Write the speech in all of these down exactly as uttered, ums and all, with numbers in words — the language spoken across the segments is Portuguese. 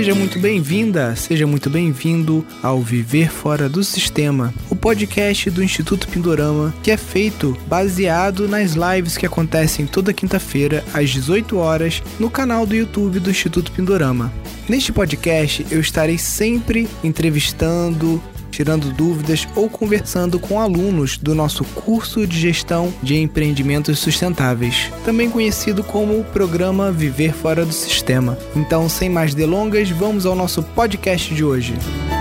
Seja muito bem-vinda, seja muito bem-vindo ao Viver Fora do Sistema, o podcast do Instituto Pindorama, que é feito baseado nas lives que acontecem toda quinta-feira às dezoito horas no canal do YouTube do Instituto Pindorama. Neste podcast eu estarei sempre entrevistando, tirando dúvidas ou conversando com alunos do nosso curso de Gestão de Empreendimentos Sustentáveis, também conhecido como o programa Viver Fora do Sistema. Então, sem mais delongas, vamos ao nosso podcast de hoje.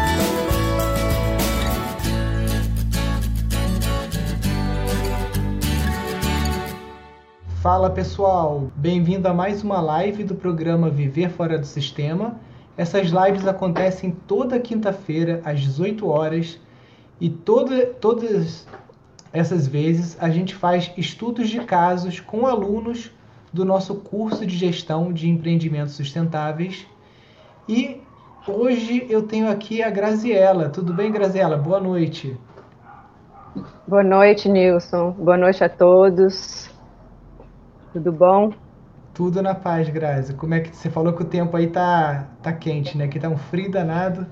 Fala pessoal, bem-vindo a mais uma live do programa Viver Fora do Sistema. Essas lives acontecem toda quinta-feira, às dezoito horas, e toda, todas essas vezes a gente faz estudos de casos com alunos do nosso curso de Gestão de Empreendimentos Sustentáveis. E hoje eu tenho aqui a Graziela. Tudo bem, Graziela? Boa noite. Boa noite, Nilson. Boa noite a todos. Tudo bom? Tudo na paz, Grazi. Como é que você falou que o tempo aí tá, tá quente, né? Que tá um frio danado.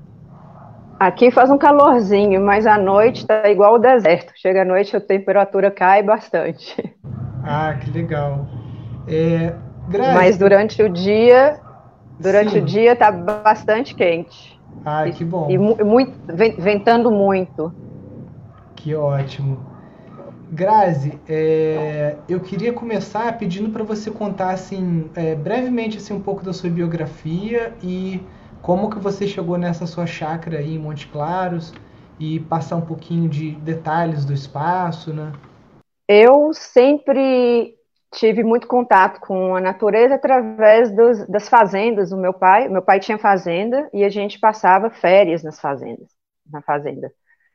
Aqui faz um calorzinho, mas à noite tá igual o deserto. Chega à noite a temperatura cai bastante. Ah, que legal. É, Grazi, mas durante o dia, durante sim. o dia tá bastante quente. Ah, que bom. E, e muito, ventando muito. Que ótimo. Grazi, é, eu queria começar pedindo para você contar assim, é, brevemente assim, um pouco da sua biografia e como que você chegou nessa sua chácara aí em Montes Claros e passar um pouquinho de detalhes do espaço, né? Eu sempre tive muito contato com a natureza através dos, das fazendas do meu pai. Meu pai tinha fazenda e a gente passava férias nas fazendas, na fazenda.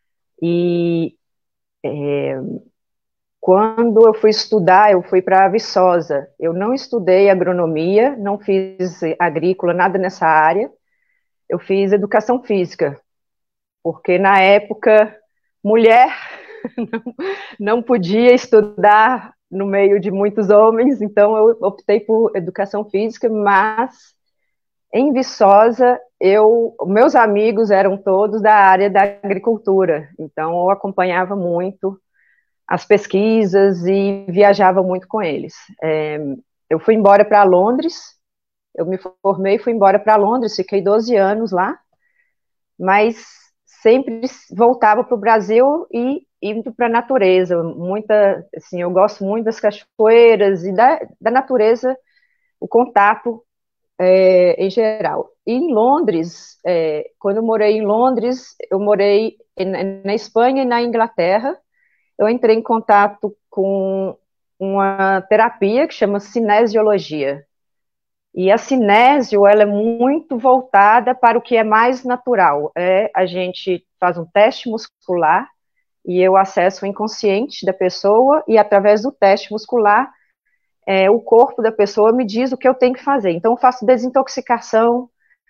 E é, quando eu fui estudar, eu fui para Viçosa. Eu não estudei agronomia, não fiz agrícola, nada nessa área. Eu fiz educação física, porque na época, mulher não, não podia estudar no meio de muitos homens, então eu optei por educação física, mas em Viçosa, eu, meus amigos eram todos da área da agricultura, então eu acompanhava muito as pesquisas e viajava muito com eles. É, eu fui embora para Londres, eu me formei e fui embora para Londres, fiquei doze anos lá, mas sempre voltava para o Brasil e indo para a natureza. Muita, assim, eu gosto muito das cachoeiras e da, da natureza, o contato é, em geral. E em Londres, é, quando eu morei em Londres, eu morei na Espanha e na Inglaterra. Eu entrei em contato com uma terapia que chama cinesiologia. E a cinésio, ela é muito voltada para o que é mais natural. É, a gente faz um teste muscular e eu acesso o inconsciente da pessoa e através do teste muscular, é, o corpo da pessoa me diz o que eu tenho que fazer. Então eu faço desintoxicação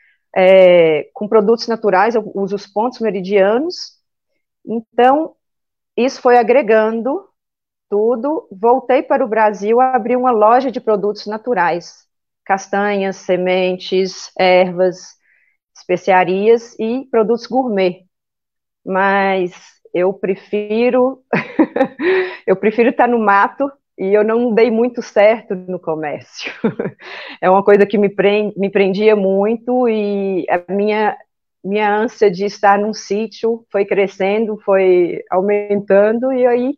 é, com produtos naturais, eu uso os pontos meridianos. Então isso foi agregando tudo, voltei para o Brasil, abri uma loja de produtos naturais, castanhas, sementes, ervas, especiarias e produtos gourmet. Mas eu prefiro, eu prefiro estar no mato e eu não dei muito certo no comércio. É uma coisa que me, prend, me prendia muito e a minha minha ânsia de estar num sítio foi crescendo, foi aumentando, e aí,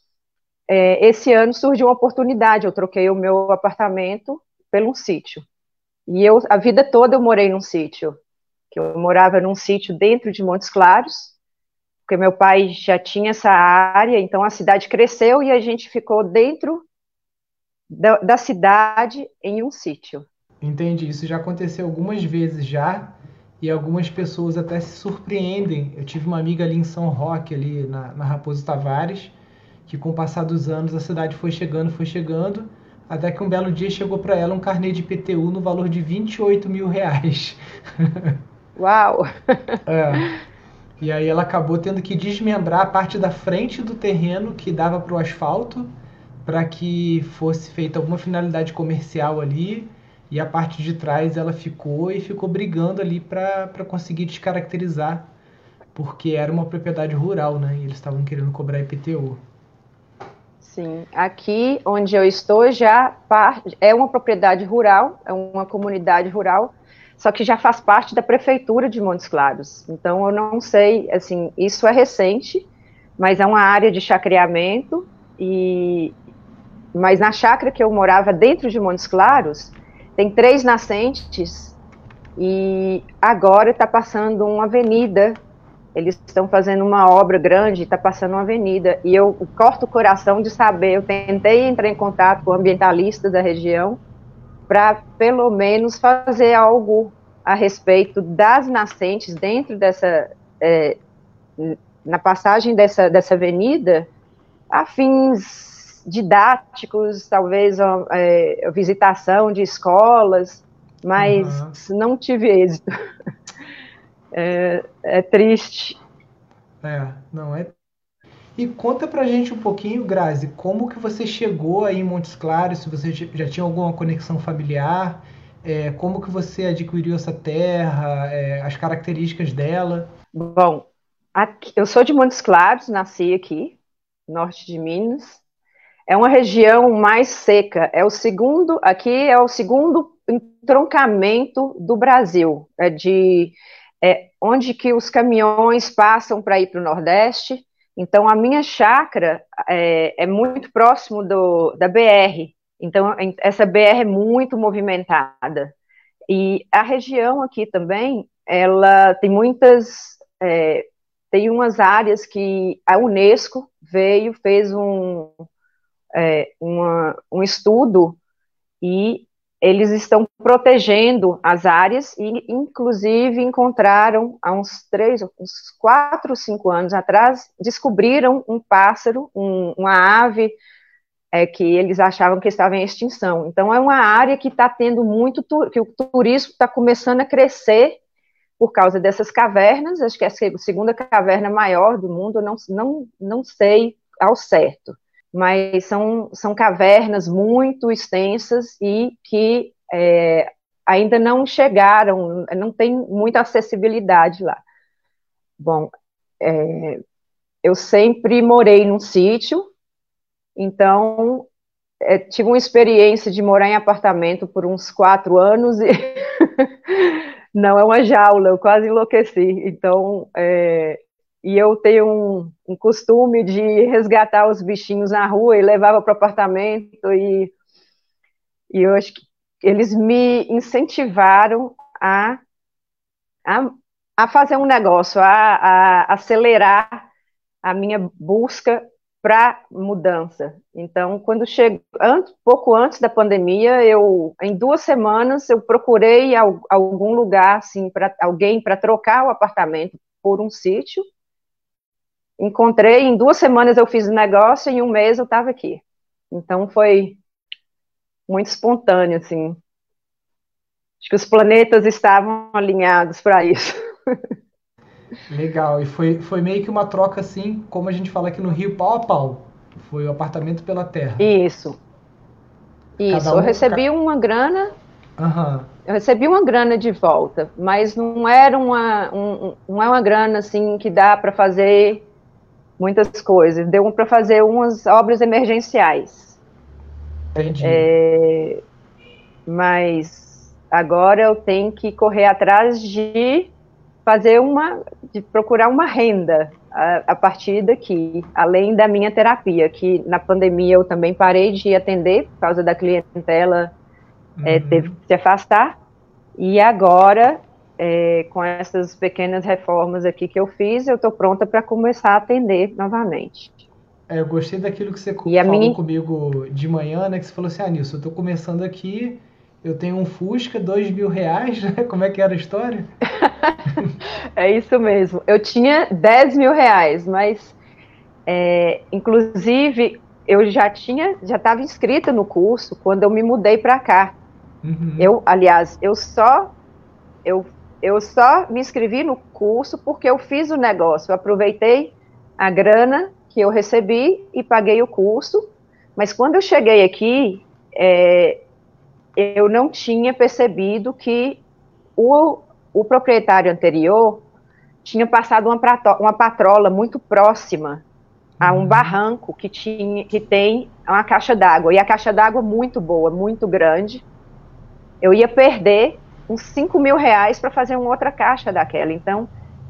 é, esse ano surgiu uma oportunidade, eu troquei o meu apartamento por um sítio. E eu, a vida toda eu morei num sítio, que eu morava num sítio dentro de Montes Claros, porque meu pai já tinha essa área, então a cidade cresceu e a gente ficou dentro da, da cidade em um sítio. Entendi, isso já aconteceu algumas vezes já, e algumas pessoas até se surpreendem. Eu tive uma amiga ali em São Roque, ali na, na Raposo Tavares, que com o passar dos anos a cidade foi chegando, foi chegando, até que um belo dia chegou para ela um carnê de I P T U no valor de vinte e oito mil reais. Uau! É. E aí ela acabou tendo que desmembrar a parte da frente do terreno que dava para o asfalto, para que fosse feita alguma finalidade comercial ali, e a parte de trás ela ficou e ficou brigando ali para conseguir descaracterizar, porque era uma propriedade rural, né? E eles estavam querendo cobrar I P T U. Sim, aqui onde eu estou já é uma propriedade rural, é uma comunidade rural, só que já faz parte da prefeitura de Montes Claros. Então eu não sei, assim, isso é recente, mas é uma área de chacreamento, e mas na chácara que eu morava dentro de Montes Claros, tem três nascentes, e agora está passando uma avenida. Eles estão fazendo uma obra grande, está passando uma avenida, e eu corto o coração de saber, eu tentei entrar em contato com o ambientalista da região, para pelo menos fazer algo a respeito das nascentes dentro dessa, é, na passagem dessa, dessa avenida, a fins didáticos, talvez é, visitação de escolas, mas uhum. não tive êxito. É, é triste. É, não é. E conta pra gente um pouquinho, Grazi, como que você chegou aí em Montes Claros, se você já tinha alguma conexão familiar, é, como que você adquiriu essa terra, é, as características dela? Bom, aqui, eu sou de Montes Claros, nasci aqui, norte de Minas. É uma região mais seca, é o segundo, aqui é o segundo entroncamento do Brasil, é de é, onde que os caminhões passam para ir para o Nordeste. Então, a minha chácara é, é muito próximo do, da B R. Então, essa B R é muito movimentada. E a região aqui também, ela tem muitas... É, tem umas áreas que a Unesco veio, fez um, é, uma, um estudo, e eles estão protegendo as áreas, e inclusive encontraram, há uns três, uns quatro, cinco anos atrás, descobriram um pássaro, um, uma ave, é, que eles achavam que estava em extinção. Então é uma área que está tendo muito, que o turismo está começando a crescer por causa dessas cavernas. Acho que é a segunda caverna maior do mundo, não, não, não sei ao certo, mas são, são cavernas muito extensas e que é, ainda não chegaram, não tem muita acessibilidade lá. Bom, é, eu sempre morei num sítio, então é, tive uma experiência de morar em apartamento por uns quatro anos e não é uma jaula, eu quase enlouqueci. Então, é, e eu tenho um, um costume de resgatar os bichinhos na rua e levava para o apartamento, e, e eu acho que eles me incentivaram a, a, a fazer um negócio, a, a acelerar a minha busca para mudança. Então, quando chego, antes, pouco antes da pandemia, eu, em duas semanas, eu procurei algum lugar, assim, para alguém para trocar o apartamento por um sítio. Encontrei, em duas semanas eu fiz o negócio, e em um mês eu estava aqui. Então, foi muito espontâneo, assim. Acho que os planetas estavam alinhados para isso. Legal, e foi, foi meio que uma troca assim, como a gente fala aqui no Rio, pau a pau. Foi o apartamento pela terra. Isso. Isso, um, eu recebi ca... uma grana, uhum. eu recebi uma grana de volta, mas não era uma, um, não é uma grana assim que dá para fazer muitas coisas, deu para fazer umas obras emergenciais. Entendi. É, mas agora eu tenho que correr atrás de fazer uma, de procurar uma renda a, a partir daqui, além da minha terapia, que na pandemia eu também parei de atender por causa da clientela, uhum. é, teve que se afastar, e agora, é, com essas pequenas reformas aqui que eu fiz, eu estou pronta para começar a atender novamente. É, eu gostei daquilo que você e falou minha... comigo de manhã, né, que você falou assim, ah, Nilson, eu estou começando aqui, eu tenho um Fusca, dois mil reais, né? Como é que era a história? É isso mesmo. Eu tinha dez mil reais, mas, é, inclusive, eu já tinha, já estava inscrita no curso quando eu me mudei para cá. Uhum. Eu, aliás, eu só, eu, eu só me inscrevi no curso porque eu fiz o negócio. Eu aproveitei a grana que eu recebi e paguei o curso. Mas quando eu cheguei aqui, é, eu não tinha percebido que o, o proprietário anterior tinha passado uma, prato, uma patrola muito próxima a um Uhum. barranco que, tinha, que tem uma caixa d'água, e a caixa d'água muito boa, muito grande. Eu ia perder uns cinco mil reais para fazer uma outra caixa daquela. Então,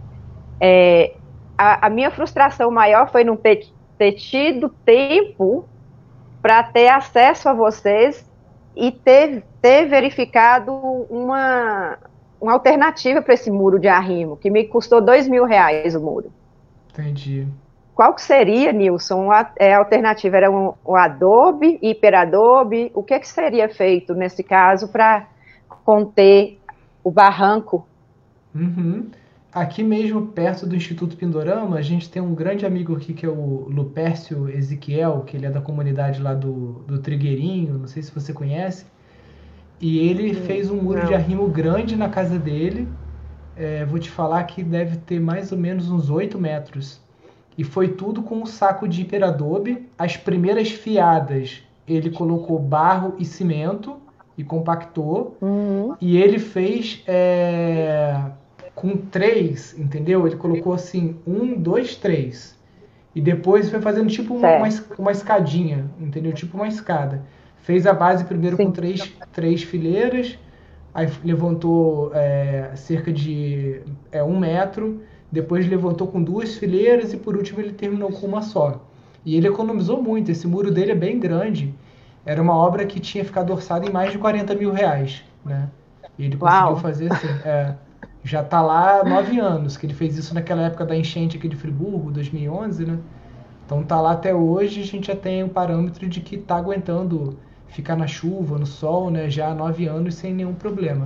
é, a, a minha frustração maior foi não ter, ter tido tempo para ter acesso a vocês e ter, ter verificado uma, uma alternativa para esse muro de arrimo, que me custou dois mil reais o muro. Entendi. Qual que seria, Nilson, a, é, a alternativa? Era um, um Adobe, HiperAdobe? O que, que seria feito nesse caso para conter o barranco? Uhum. Aqui mesmo, perto do Instituto Pindorama, a gente tem um grande amigo aqui que é o Lupércio Ezequiel, que ele é da comunidade lá do, do Trigueirinho, não sei se você conhece. E ele fez um muro de Não. arrimo grande na casa dele. É, vou te falar que deve ter mais ou menos uns oito metros. E foi tudo com um saco de hiperadobe. As primeiras fiadas ele colocou barro e cimento e compactou. Uhum. E ele fez é, com três, entendeu? Ele colocou assim, um, dois, três. E depois foi fazendo tipo uma, uma, Certo. uma escadinha, entendeu? Tipo uma escada. Fez a base primeiro com Sim. três, três fileiras, aí levantou é, cerca de é, um metro, depois levantou com duas fileiras e por último ele terminou com uma só. E ele economizou muito, esse muro dele é bem grande. Era uma obra que tinha ficado orçada em mais de quarenta mil reais, né? E ele conseguiu Uau. fazer assim, é, já está lá há nove anos, que ele fez isso naquela época da enchente aqui de Friburgo, dois mil e onze, né? Então tá lá até hoje, a gente já tem um parâmetro de que está aguentando ficar na chuva, no sol, né? Já há nove anos sem nenhum problema.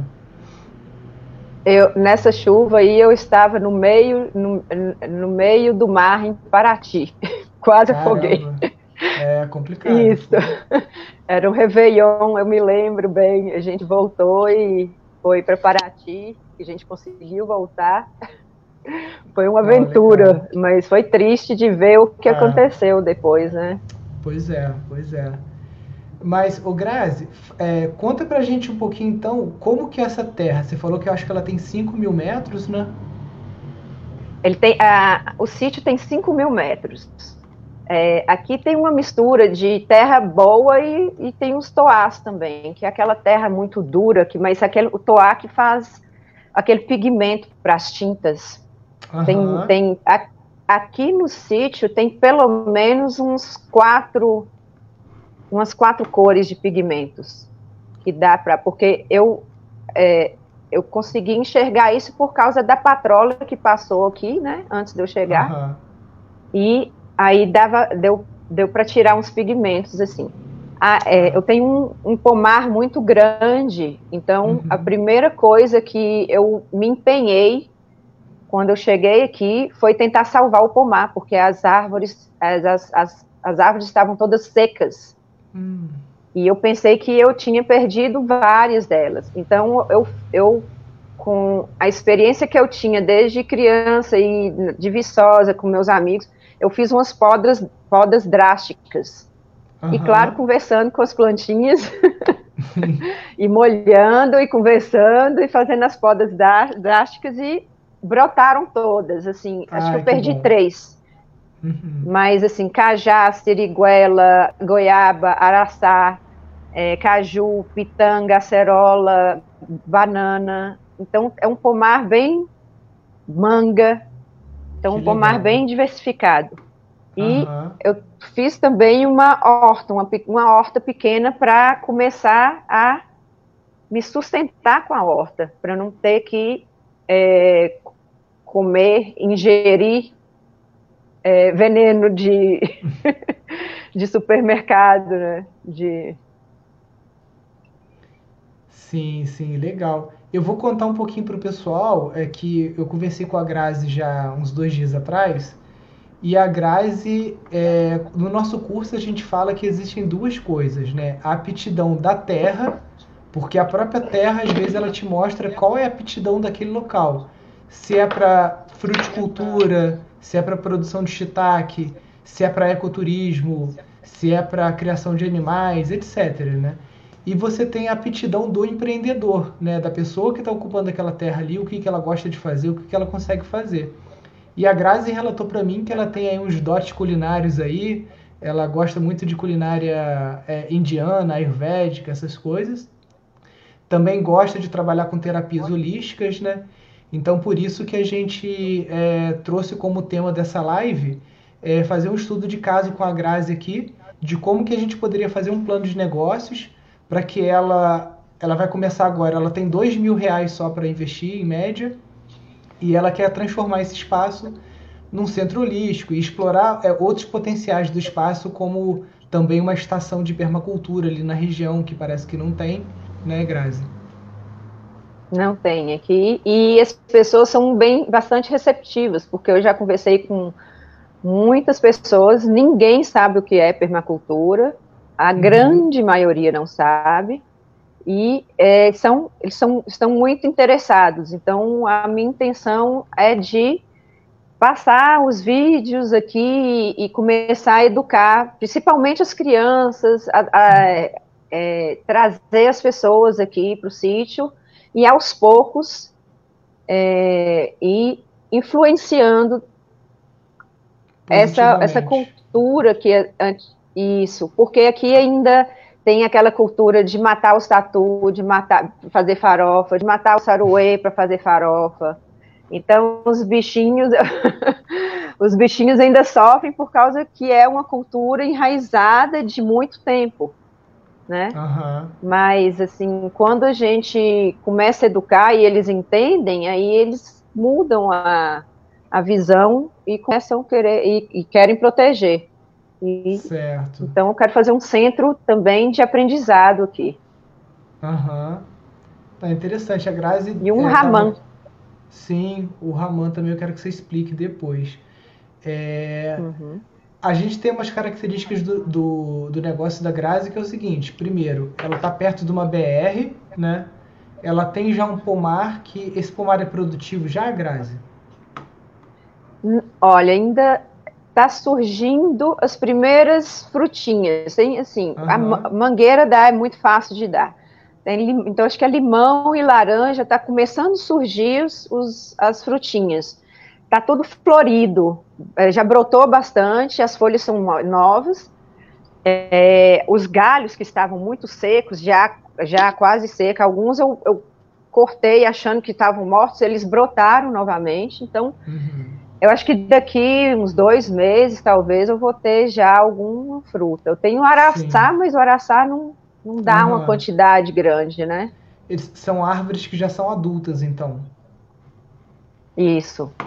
Eu, nessa chuva aí eu estava no meio, no, no meio do mar em Paraty. Quase afoguei. Caramba, é complicado, Isso. pô. Era um Réveillon, eu me lembro bem. A gente voltou e foi para Paraty, e a gente conseguiu voltar. Foi uma Não, legal. aventura, mas foi triste de ver o que Ah, aconteceu depois, né? pois é, pois é. Mas, ô Grazi, é, conta pra gente um pouquinho então, como que é essa terra? Você falou que eu acho que ela tem cinco mil metros, né? Ele tem, a, o sítio tem cinco mil metros. É, aqui tem uma mistura de terra boa e, e tem os toás também, que é aquela terra muito dura, que, mas aquele, o toá que faz aquele pigmento para as tintas. Tem, Aham, tem a, aqui no sítio tem pelo menos uns quatro, umas quatro cores de pigmentos que dá para, porque eu é, eu consegui enxergar isso por causa da patrola que passou aqui, né, antes de eu chegar, aham. e aí dava, deu, deu para tirar uns pigmentos assim. Ah, é, Ah, eu tenho um, um pomar muito grande, então a uhum. primeira coisa que eu me empenhei quando eu cheguei aqui foi tentar salvar o pomar, porque as árvores, as, as, as, as árvores estavam todas secas. Hum, E eu pensei que eu tinha perdido várias delas. Então, eu, eu com a experiência que eu tinha desde criança e de Viçosa, com meus amigos, eu fiz umas podas, podas drásticas. E, claro, aham. conversando com as plantinhas, e molhando, e conversando, e fazendo as podas drásticas, e brotaram todas, assim, acho que eu Ai, que perdi bom. três. Uhum. Mas, assim, cajá, siriguela, goiaba, araçá, é, caju, pitanga, acerola, banana. Então, é um pomar bem manga, então Que um pomar legal. bem diversificado. E Aham. eu fiz também uma horta, uma, uma horta pequena para começar a me sustentar com a horta, para não ter que é, comer, ingerir é, veneno de, de supermercado, né? De... Sim, sim, legal. Eu vou contar um pouquinho para o pessoal, é que eu conversei com a Grazi já uns dois dias atrás, e a Grazi, é, no nosso curso a gente fala que existem duas coisas, né? A aptidão da terra, porque a própria terra às vezes ela te mostra qual é a aptidão daquele local. Se é para fruticultura, se é para produção de shiitake, se é para ecoturismo, se é para criação de animais, etcétera, né? e você tem a aptidão do empreendedor, né? Da pessoa que está ocupando aquela terra ali, o que, que ela gosta de fazer, o que, que ela consegue fazer. E a Grazi relatou para mim que ela tem aí uns dotes culinários aí, ela gosta muito de culinária é, indiana, ayurvédica, essas coisas. Também gosta de trabalhar com terapias holísticas, né? Então, por isso que a gente é, trouxe como tema dessa live é, fazer um estudo de caso com a Grazi aqui, de como que a gente poderia fazer um plano de negócios para que ela, ela vai começar agora, ela tem dois mil reais só para investir, em média, e ela quer transformar esse espaço num centro holístico e explorar é, outros potenciais do espaço, como também uma estação de permacultura ali na região, que parece que não tem, né, Grazi? Não tem aqui. E as pessoas são bem, bastante receptivas, porque eu já conversei com muitas pessoas, ninguém sabe o que é permacultura, a uhum. grande maioria não sabe, e é, são, eles são, estão muito interessados. Então, a minha intenção é de passar os vídeos aqui e, e começar a educar, principalmente as crianças, a, a, é, trazer as pessoas aqui para o sítio, e aos poucos, é, e influenciando essa, essa cultura que é isso, porque aqui ainda tem aquela cultura de matar os tatu, de matar, fazer farofa, de matar o saruê para fazer farofa. Então os bichinhos, os bichinhos ainda sofrem por causa que é uma cultura enraizada de muito tempo, né? Uhum. Mas assim, quando a gente começa a educar e eles entendem, aí eles mudam a a visão e começam a querer e, e querem proteger. E, certo. Então eu quero fazer um centro também de aprendizado aqui. Aham. Tá interessante. A Grazi... E um é, Raman. Tá... Sim, o Raman também eu quero que você explique depois. É... Uhum. A gente tem umas características do, do, do negócio da Grazi, que é o seguinte. Primeiro, ela está perto de uma B R, né? Ela tem já um pomar, que esse pomar é produtivo já, Grazi? Olha, ainda está surgindo as primeiras frutinhas. Tem, assim, uhum. a mangueira dá, é muito fácil de dar. Tem, então, acho que a limão e laranja está começando a surgir os, os, as frutinhas. Está tudo florido, já brotou bastante, as folhas são novas. É, os galhos que estavam muito secos, já, já quase seca, alguns eu, eu cortei achando que estavam mortos, eles brotaram novamente. Então... Uhum. Eu acho que daqui uns dois meses, talvez, eu vou ter já alguma fruta. Eu tenho araçá, Sim. mas o araçá não, não dá uhum. uma quantidade grande, né? Eles são árvores que já são adultas, então. Isso.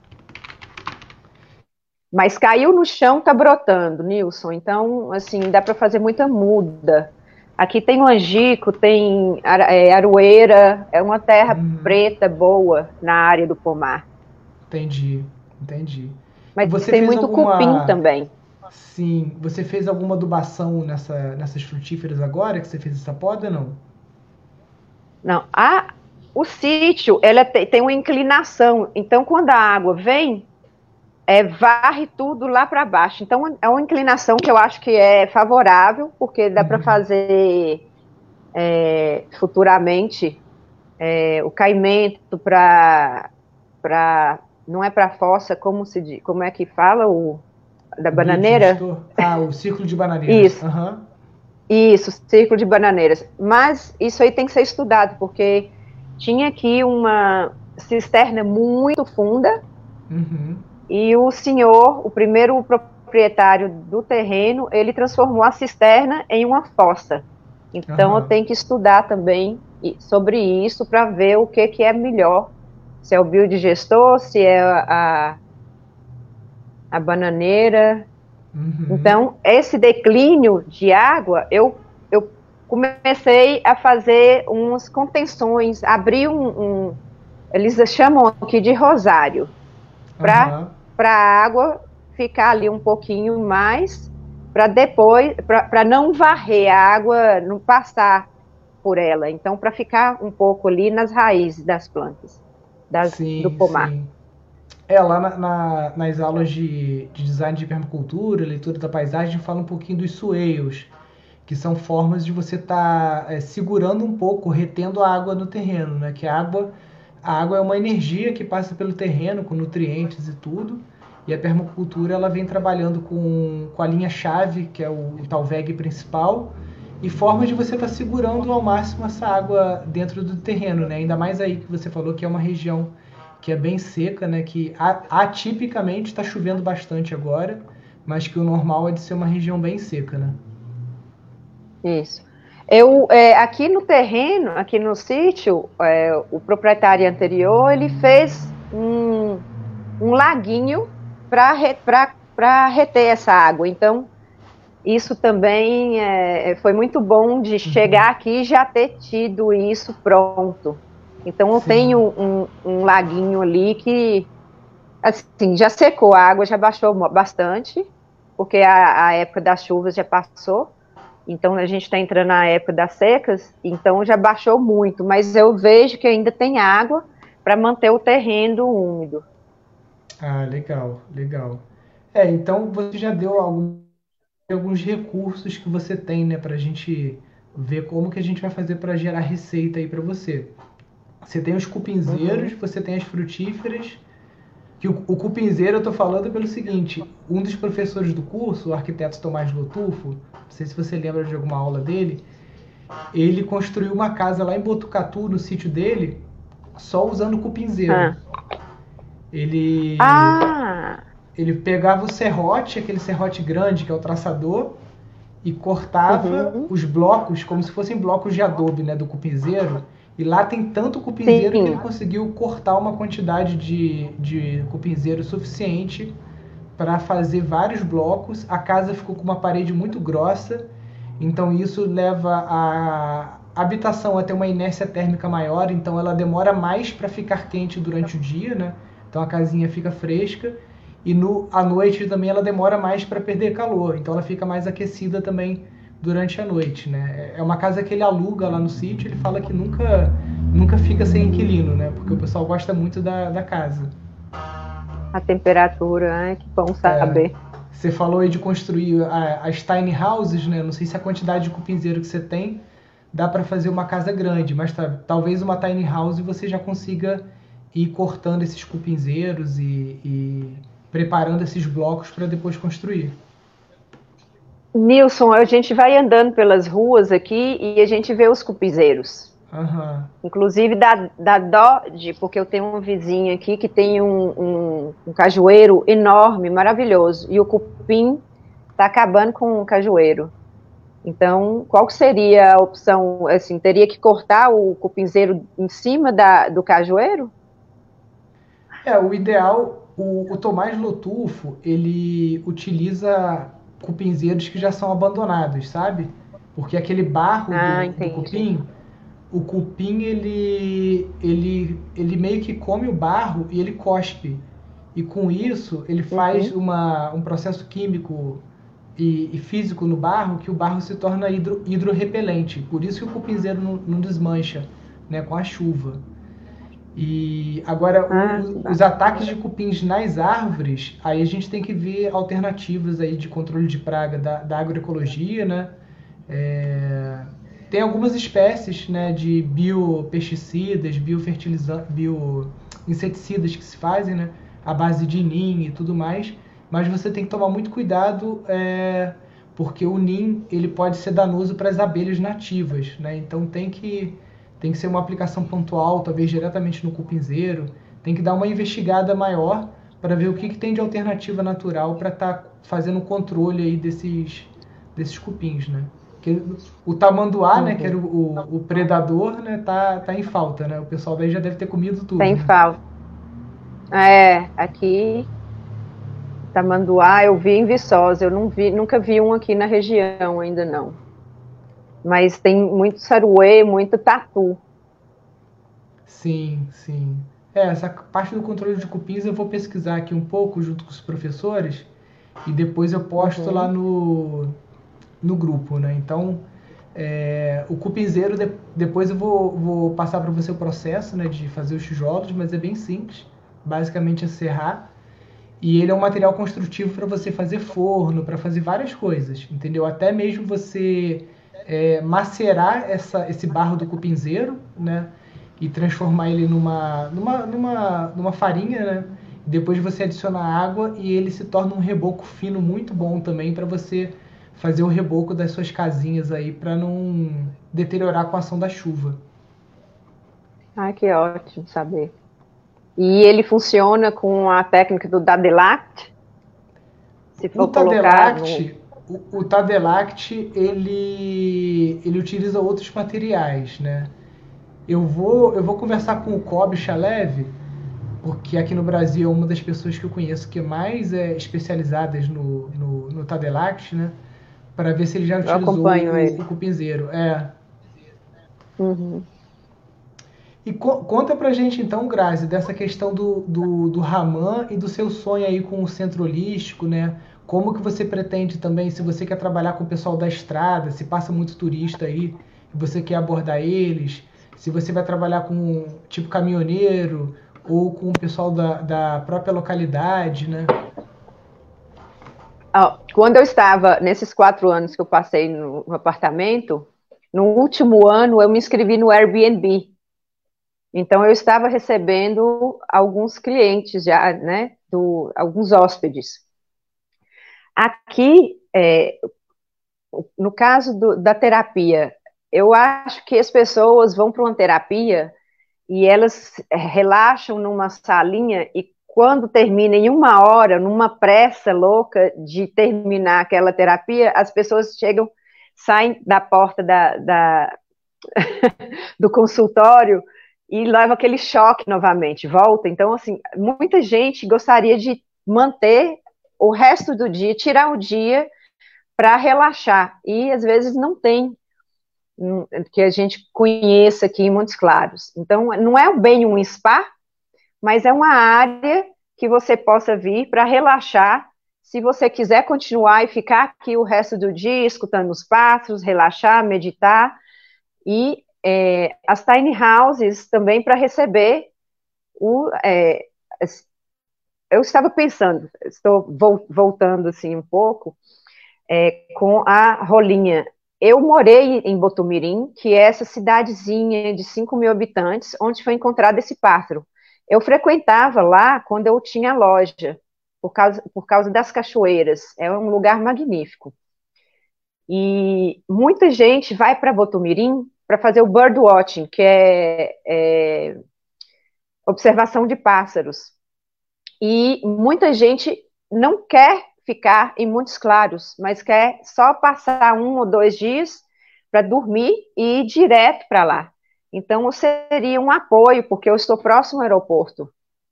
Mas caiu no chão, tá brotando, Nilson. Então, assim, dá para fazer muita muda. Aqui tem o angico, tem é, aroeira, é uma terra uhum. preta boa na área do pomar. Entendi. Entendi. Mas você tem muito alguma... cupim também. Sim. Você fez alguma adubação nessa, nessas frutíferas agora, que você fez essa poda, não? Não. A, o sítio, ela tem, tem uma inclinação. Então, quando a água vem, é, varre tudo lá para baixo. Então, é uma inclinação que eu acho que é favorável, porque dá uhum. para fazer é, futuramente é, o caimento para... Não é para fossa, como, se diz, como é que fala? O, da o bananeira? Ah, o círculo de bananeiras. Isso. Uhum. Isso, círculo de bananeiras. Mas isso aí tem que ser estudado, porque tinha aqui uma cisterna muito funda, uhum. e o senhor, o primeiro proprietário do terreno, ele transformou a cisterna em uma fossa. Então uhum. eu tenho que estudar também sobre isso para ver o que, que é melhor. Se é o biodigestor, se é a, a bananeira. Uhum. Então, esse declínio de água, eu, eu comecei a fazer umas contenções, abri um, um eles chamam aqui de rosário, para uhum. a água ficar ali um pouquinho mais, para depois, para não varrer a água, não passar por ela. Então, para ficar um pouco ali nas raízes das plantas. Das, sim, do pomar. Sim. É, lá na, na, nas aulas de, de design de permacultura, leitura da paisagem, fala um pouquinho dos swales, que são formas de você estar tá, é, segurando um pouco, retendo a água no terreno, né? Que a água, a água é uma energia que passa pelo terreno, com nutrientes e tudo, e a permacultura ela vem trabalhando com, com a linha-chave, que é o, o talveg principal, e formas de você estar tá segurando ao máximo essa água dentro do terreno, né? Ainda mais aí que você falou que é uma região que é bem seca, né? Que atipicamente está chovendo bastante agora, mas que o normal é de ser uma região bem seca, né? Isso. Eu, é, aqui no terreno, aqui no sítio, é, o proprietário anterior, ele fez um, um laguinho para reter essa água. Então, isso também é, foi muito bom de chegar aqui e já ter tido isso pronto. Então, eu Sim. tenho um, um laguinho ali que, assim, já secou, a água já baixou bastante, porque a, a época das chuvas já passou. Então, a gente está entrando na época das secas, então já baixou muito, mas eu vejo que ainda tem água para manter o terreno úmido. Ah, legal, legal. É, então você já deu algum, alguns recursos que você tem, né, para a gente ver como que a gente vai fazer para gerar receita aí para você. Você tem os cupinzeiros, uhum. você tem as frutíferas, que o, o cupinzeiro eu tô falando pelo seguinte, um dos professores do curso, o arquiteto Tomás Lotufo, não sei se você lembra de alguma aula dele, ele construiu uma casa lá em Botucatu, no sítio dele, só usando cupinzeiro. Ah. Ele, ah. ele pegava o serrote, aquele serrote grande que é o traçador, e cortava uhum. os blocos como se fossem blocos de adobe, né, do cupinzeiro. E lá tem tanto cupinzeiro Sim. que ele conseguiu cortar uma quantidade de, de cupinzeiro suficiente para fazer vários blocos. A casa ficou com uma parede muito grossa, então isso leva a habitação a ter uma inércia térmica maior, então ela demora mais para ficar quente durante o dia, né? Então a casinha fica fresca, e no, à noite também ela demora mais para perder calor, então ela fica mais aquecida também durante a noite, né? É uma casa que ele aluga lá no sítio, ele fala que nunca, nunca fica sem inquilino, né? Porque o pessoal gosta muito da, da casa. A temperatura, né? Que bom saber. É, você falou aí de construir a, as tiny houses, né? Não sei se a quantidade de cupinzeiro que você tem dá para fazer uma casa grande, mas tá, talvez uma tiny house você já consiga ir cortando esses cupinzeiros e, e preparando esses blocos para depois construir. Nilson, a gente vai andando pelas ruas aqui e a gente vê os cupinzeiros. Uhum. Inclusive da, da Dodge, porque eu tenho um vizinho aqui que tem um, um, um cajueiro enorme, maravilhoso, e o cupim está acabando com o cajueiro. Então, qual que seria a opção? Assim, teria que cortar o cupinzeiro em cima da, do cajueiro? É, o ideal, o, o Tomás Lotufo, ele utiliza cupinzeiros que já são abandonados, sabe? Porque aquele barro ah, do, do cupim, o cupim, ele, ele, ele meio que come o barro e ele cospe. E com isso, ele faz uhum. uma, um processo químico e, e físico no barro, que o barro se torna hidro, hidrorrepelente. Por isso que o cupinzeiro não, não desmancha, né, com a chuva. E agora, ah, o, os ataques de cupins nas árvores, aí a gente tem que ver alternativas aí de controle de praga da, da agroecologia, né? É, tem algumas espécies, né, de biopesticidas, biofertilizantes, bioinseticidas que se fazem, né, à base de nim e tudo mais, mas você tem que tomar muito cuidado, é, porque o nim ele pode ser danoso para as abelhas nativas, né? Então tem que Tem que ser uma aplicação pontual, talvez diretamente no cupinzeiro. Tem que dar uma investigada maior para ver o que, que tem de alternativa natural para estar tá fazendo o controle aí desses, desses cupins, né? Que o tamanduá, uhum. né, que era o, o, o predador, né, tá, tá em falta, né? O pessoal daí já deve ter comido tudo. Tá em né? falta. É, aqui tamanduá eu vi em Viçosa, eu não vi, nunca vi um aqui na região ainda não. Mas tem muito saruê, muito tatu. Sim, sim. É, essa parte do controle de cupins eu vou pesquisar aqui um pouco junto com os professores e depois eu posto uhum. lá no, no grupo, né? Então, é, o cupinzeiro, de, depois eu vou, vou passar para você o processo, né, de fazer os tijolos, mas é bem simples. Basicamente é serrar E ele é um material construtivo para você fazer forno, para fazer várias coisas, entendeu? Até mesmo você é, macerar essa, esse barro do cupinzeiro, né? E transformar ele numa, numa, numa, numa farinha, né? Depois você adiciona água e ele se torna um reboco fino muito bom também para você fazer o reboco das suas casinhas aí para não deteriorar com a ação da chuva. Ai, que ótimo saber. E ele funciona com a técnica do Dadelact? Se O for colocar Tadelact, no... o, o Tadelact, ele, ele utiliza outros materiais, né? Eu vou, eu vou conversar com o Kobe Shalev, porque aqui no Brasil é uma das pessoas que eu conheço que mais é especializadas no, no, no Tadelact, né? Para ver se ele já Eu utilizou acompanho o, o ele. cupinzeiro. É. Uhum. E co conta pra gente então, Grazi, dessa questão do, do, do Raman e do seu sonho aí com o centro holístico, né? Como que você pretende também, se você quer trabalhar com o pessoal da estrada, se passa muito turista aí, e você quer abordar eles, se você vai trabalhar com tipo caminhoneiro ou com o pessoal da, da própria localidade, né? Ah, quando eu estava, nesses quatro anos que eu passei no, no apartamento, no último ano eu me inscrevi no Airbnb. Então eu estava recebendo alguns clientes já, né, do, alguns hóspedes. Aqui, é, no caso do, da terapia, eu acho que as pessoas vão para uma terapia e elas relaxam numa salinha e quando termina em uma hora, numa pressa louca de terminar aquela terapia, as pessoas chegam, saem da porta da, da, do consultório e levam aquele choque novamente, volta. Então, assim, muita gente gostaria de manter o resto do dia, tirar o dia para relaxar, e às vezes não tem que a gente conheça aqui em Montes Claros. Então, não é bem um spa, mas é uma área que você possa vir para relaxar. Se você quiser continuar e ficar aqui o resto do dia escutando os pássaros, relaxar, meditar, e é, as tiny houses também para receber o. É, eu estava pensando, estou voltando assim um pouco, é, com a Rolinha. Eu morei em Botumirim, que é essa cidadezinha de cinco mil habitantes, onde foi encontrado esse pássaro. Eu frequentava lá quando eu tinha loja, por causa, por causa das cachoeiras. É um lugar magnífico. E muita gente vai para Botumirim para fazer o birdwatching, que é, é observação de pássaros. E muita gente não quer ficar em Montes Claros, mas quer só passar um ou dois dias para dormir e ir direto para lá. Então, seria um apoio, porque eu estou próximo ao aeroporto.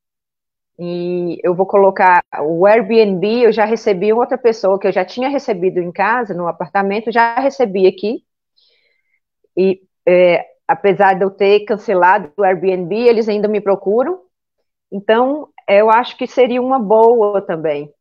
E eu vou colocar o Airbnb, eu já recebi outra pessoa que eu já tinha recebido em casa, no apartamento, já recebi aqui. E é, apesar de eu ter cancelado o Airbnb, eles ainda me procuram. Então, eu acho que seria uma boa também.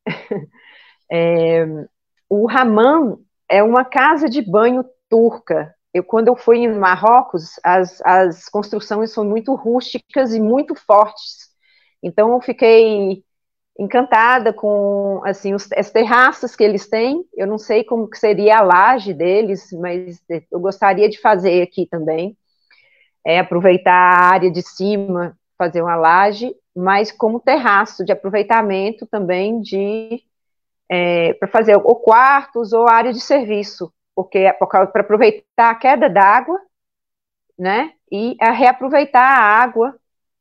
É, o Hammam é uma casa de banho turca. Eu, quando eu fui em Marrocos, as, as construções são muito rústicas e muito fortes. Então, eu fiquei encantada com assim, os, as terraças que eles têm. Eu não sei como que seria a laje deles, mas eu gostaria de fazer aqui também. É, aproveitar a área de cima, fazer uma laje, mas como terraço de aproveitamento também de é, para fazer ou quartos ou área de serviço, porque é para aproveitar a queda d'água, né? E a reaproveitar a água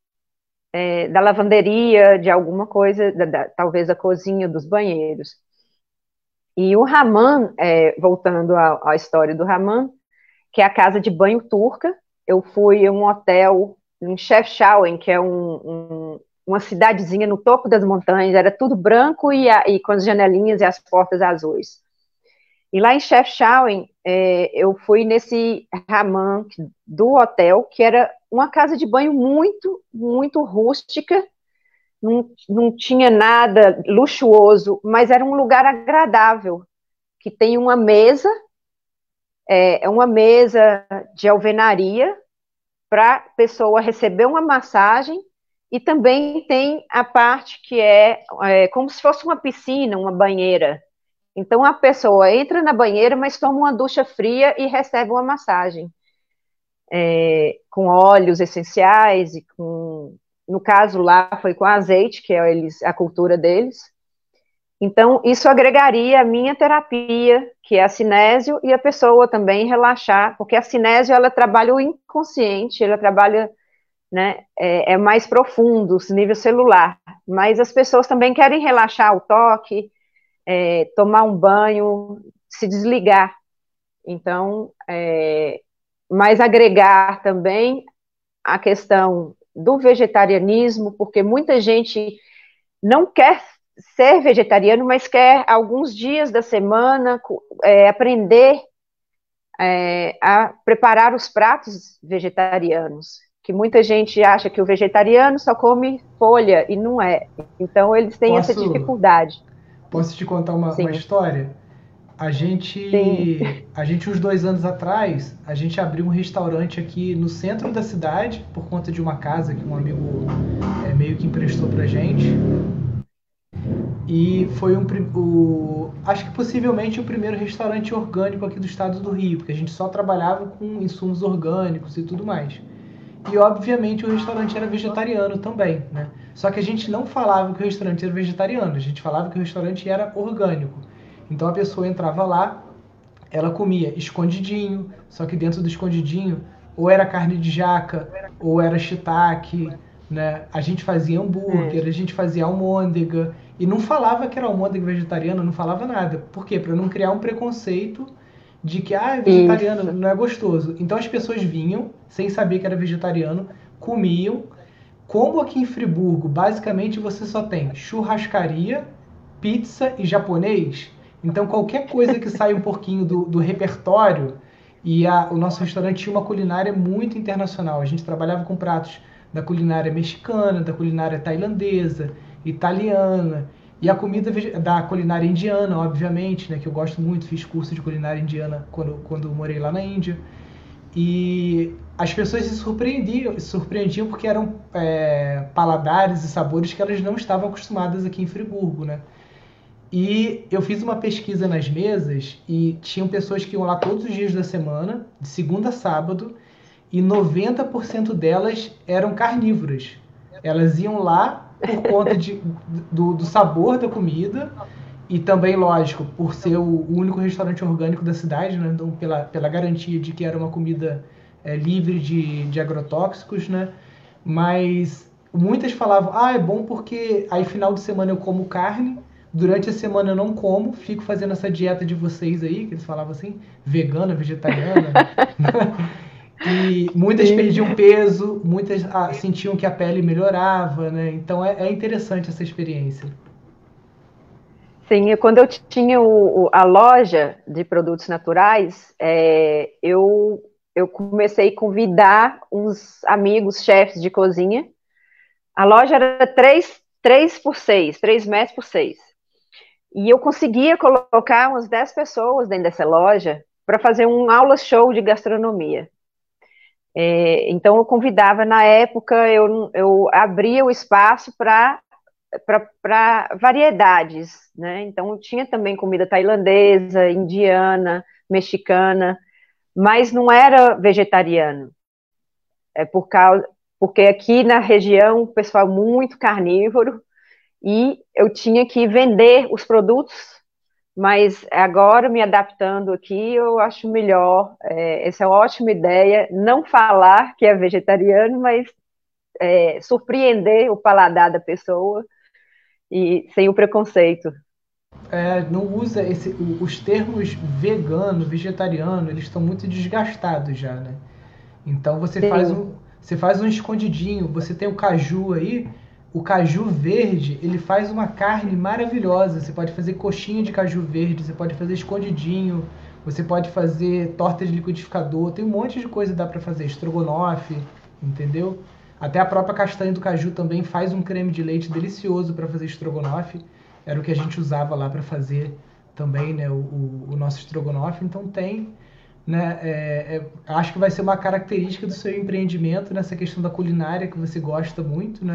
é, da lavanderia, de alguma coisa, da, da, talvez da cozinha, dos banheiros. E o Hammam, é, voltando à, à história do Hammam, que é a casa de banho turca, eu fui em um hotel em Chefchaouen, que é um, um, uma cidadezinha no topo das montanhas, era tudo branco e, a, e com as janelinhas e as portas azuis. E lá em Chefchaouen, é, eu fui nesse hammam do hotel, que era uma casa de banho muito, muito rústica, não, não tinha nada luxuoso, mas era um lugar agradável, que tem uma mesa, é uma mesa de alvenaria, para a pessoa receber uma massagem e também tem a parte que é, é como se fosse uma piscina, uma banheira. Então a pessoa entra na banheira, mas toma uma ducha fria e recebe uma massagem, é, com óleos essenciais e com, no caso lá foi com azeite, que é eles, a cultura deles. Então isso agregaria a minha terapia, que é a cinésio, e a pessoa também relaxar, porque a cinésio ela trabalha o inconsciente, ela trabalha, né, é, é mais profundo, nível celular, mas as pessoas também querem relaxar o toque, é, tomar um banho, se desligar. Então, é, mas agregar também a questão do vegetarianismo, porque muita gente não quer ser vegetariano, mas quer alguns dias da semana é, aprender é, a preparar os pratos vegetarianos, que muita gente acha que o vegetariano só come folha, e não é. Então, eles têm essa Posso, dificuldade. posso te contar uma, uma Sim, história? A sim. gente, a gente, uns dois anos atrás, a gente abriu um restaurante aqui no centro da cidade, por conta de uma casa que um amigo é, meio que emprestou pra gente. E foi um, o, acho que possivelmente o primeiro restaurante orgânico aqui do estado do Rio, porque a gente só trabalhava com insumos orgânicos e tudo mais. E obviamente o restaurante era vegetariano também, né? Só que a gente não falava que o restaurante era vegetariano, a gente falava que o restaurante era orgânico. Então a pessoa entrava lá, ela comia escondidinho, só que dentro do escondidinho ou era carne de jaca, ou era shiitake, né? A gente fazia É. hambúrguer, a gente fazia almôndega, e não falava que era almôndega vegetariana, não falava nada. Por quê? Para não criar um preconceito de que, ah, é vegetariano, Isso. não é gostoso. Então as pessoas vinham, sem saber que era vegetariano, comiam. Como aqui em Friburgo, basicamente você só tem churrascaria, pizza e japonês, então qualquer coisa que saia um pouquinho do, do repertório, e a, o nosso restaurante tinha uma culinária muito internacional. A gente trabalhava com pratos da culinária mexicana, da culinária tailandesa, italiana, e a comida da culinária indiana, obviamente, né, que eu gosto muito, fiz curso de culinária indiana quando, quando morei lá na Índia. E as pessoas se surpreendiam, se surpreendiam porque eram é, paladares e sabores que elas não estavam acostumadas aqui em Friburgo, né? E eu fiz uma pesquisa nas mesas e tinham pessoas que iam lá todos os dias da semana, de segunda a sábado, e noventa por cento delas eram carnívoras. Elas iam lá por conta de, do, do sabor da comida e também, lógico, por ser o único restaurante orgânico da cidade, né? Então, pela, pela garantia de que era uma comida é, livre de, de agrotóxicos, né? Mas muitas falavam, ah, é bom porque aí final de semana eu como carne, durante a semana eu não como, fico fazendo essa dieta de vocês aí, que eles falavam assim, vegana, vegetariana, né? E muitas Sim. perdiam peso, muitas ah, sentiam que a pele melhorava, né? Então é, é interessante essa experiência. Sim, eu, quando eu tinha o, o- a loja de produtos naturais, é, eu, eu comecei a convidar uns amigos, chefes de cozinha. A loja era três, três por seis, três metros por seis. E eu conseguia colocar umas dez pessoas dentro dessa loja para fazer um aula show de gastronomia. É, então eu convidava, na época, eu, eu abria o espaço para para variedades, né? Então tinha também comida tailandesa, indiana, mexicana, mas não era vegetariano. É por causa, porque aqui na região o pessoal é muito carnívoro e eu tinha que vender os produtos, mas agora me adaptando aqui eu acho melhor. É, essa é uma ótima ideia, não falar que é vegetariano, mas é, surpreender o paladar da pessoa e sem o preconceito. É, não usa esse, os termos vegano, vegetariano, eles estão muito desgastados já, né? Então você faz Sim, um, você faz um escondidinho, você tem o caju aí, o caju verde, ele faz uma carne maravilhosa. Você pode fazer coxinha de caju verde, você pode fazer escondidinho, você pode fazer torta de liquidificador, tem um monte de coisa que dá para fazer, estrogonofe, entendeu? Até a própria castanha do caju também faz um creme de leite delicioso para fazer estrogonofe. Era o que a gente usava lá para fazer também, né, o, o, o nosso estrogonofe. Então tem, né, é, é, acho que vai ser uma característica do seu empreendimento nessa questão da culinária que você gosta muito, né?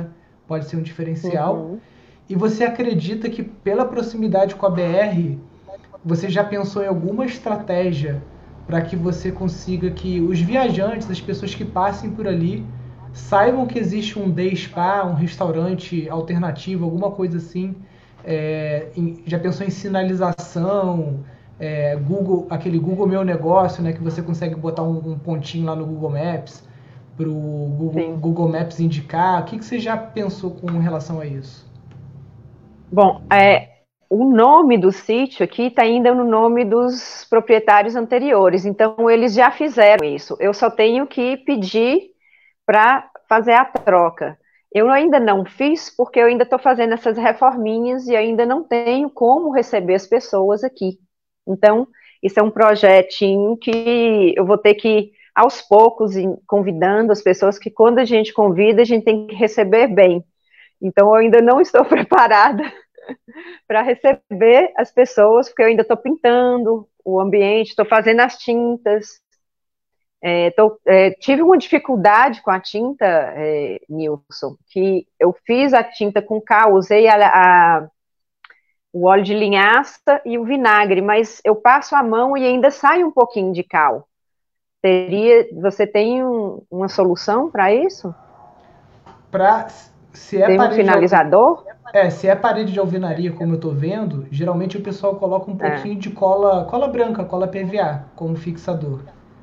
pode ser um diferencial. Uhum. E você acredita que pela proximidade com a B R, você já pensou em alguma estratégia para que você consiga que os viajantes, as pessoas que passem por ali, saibam que existe um day spa, um restaurante alternativo, alguma coisa assim? É, em, já pensou em sinalização, é, Google, aquele Google Meu Negócio, né, que você consegue botar um, um pontinho lá no Google Maps para o Google, Google Maps indicar? O que, que você já pensou com relação a isso? Bom, é, o nome do sítio aqui está ainda no nome dos proprietários anteriores, então eles já fizeram isso. Eu só tenho que pedir para fazer a troca. Eu ainda não fiz porque eu ainda estou fazendo essas reforminhas e ainda não tenho como receber as pessoas aqui. Então, isso é um projetinho que eu vou ter que ir aos poucos convidando as pessoas, que quando a gente convida, a gente tem que receber bem. Então, eu ainda não estou preparada para receber as pessoas, porque eu ainda estou pintando o ambiente, estou fazendo as tintas. É, tô, é, tive uma dificuldade com a tinta, é, Nilson, que eu fiz a tinta com cal, usei a, a, o óleo de linhaça e o vinagre, mas eu passo a mão e ainda sai um pouquinho de cal. Teria, você tem um, uma solução para isso? Pra, se é Tem um parede finalizador? de, é, se é parede de alvenaria, como eu estou vendo, geralmente o pessoal coloca um pouquinho É. de cola, cola branca, cola P V A, como fixador.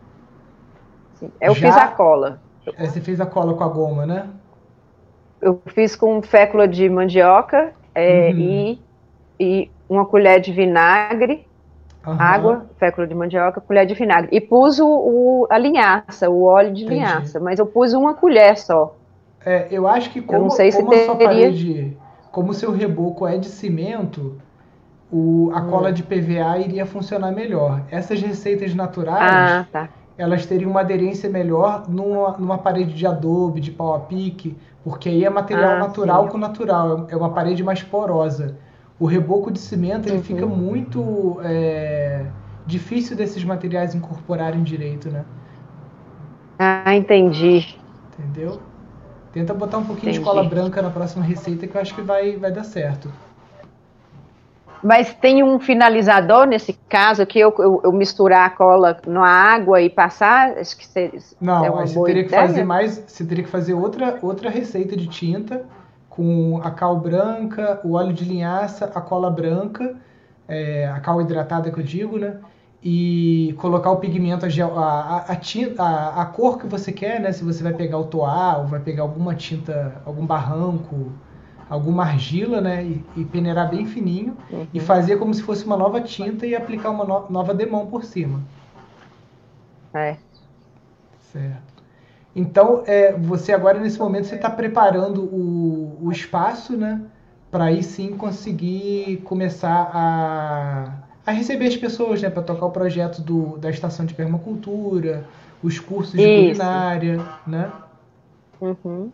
Sim. Eu Já fiz a cola. é, você fez a cola com a goma, né? Eu fiz com fécula de mandioca é, Uhum. e, e uma colher de vinagre, Aham. água, fécula de mandioca, colher de vinagre. E pus o, o- a linhaça, o óleo de Entendi. linhaça, mas eu pus uma colher só. É, eu acho que Eu não como, sei se como a sua teria. parede, como o seu reboco é de cimento, o, a cola Hum. de P V A iria funcionar melhor. Essas receitas naturais, Ah, tá. elas teriam uma aderência melhor numa, numa parede de adobe, de pau a pique, porque aí é material Ah, natural sim. com natural, é uma parede mais porosa. O reboco de cimento, ele fica Uhum. muito é, difícil desses materiais incorporarem direito, né? Ah, entendi. Entendeu? Tenta botar um pouquinho de cola Entendi. branca na próxima receita que eu acho que vai, vai dar certo. Mas tem um finalizador nesse caso que eu, eu, eu misturar a cola na água e passar? Acho que é Não, uma aí você boa teria que fazer ideia. mais, você teria que fazer outra, outra receita de tinta com a cal branca, o óleo de linhaça, a cola branca, é, a cal hidratada que eu digo, né? E colocar o pigmento, a, gel- a, a, a tinta, a, a cor que você quer, né? Se você vai pegar o toá ou vai pegar alguma tinta, algum barranco, alguma argila, né? E, e peneirar bem fininho e Uhum. fazer como se fosse uma nova tinta e aplicar uma no- nova demão por cima. É. Certo. Então, é, você agora, nesse momento, você está preparando o, o espaço, né? Para aí sim conseguir começar a, a receber as pessoas, né? Para tocar o projeto do, da estação de permacultura, os cursos de Isso. culinária, né? Uhum.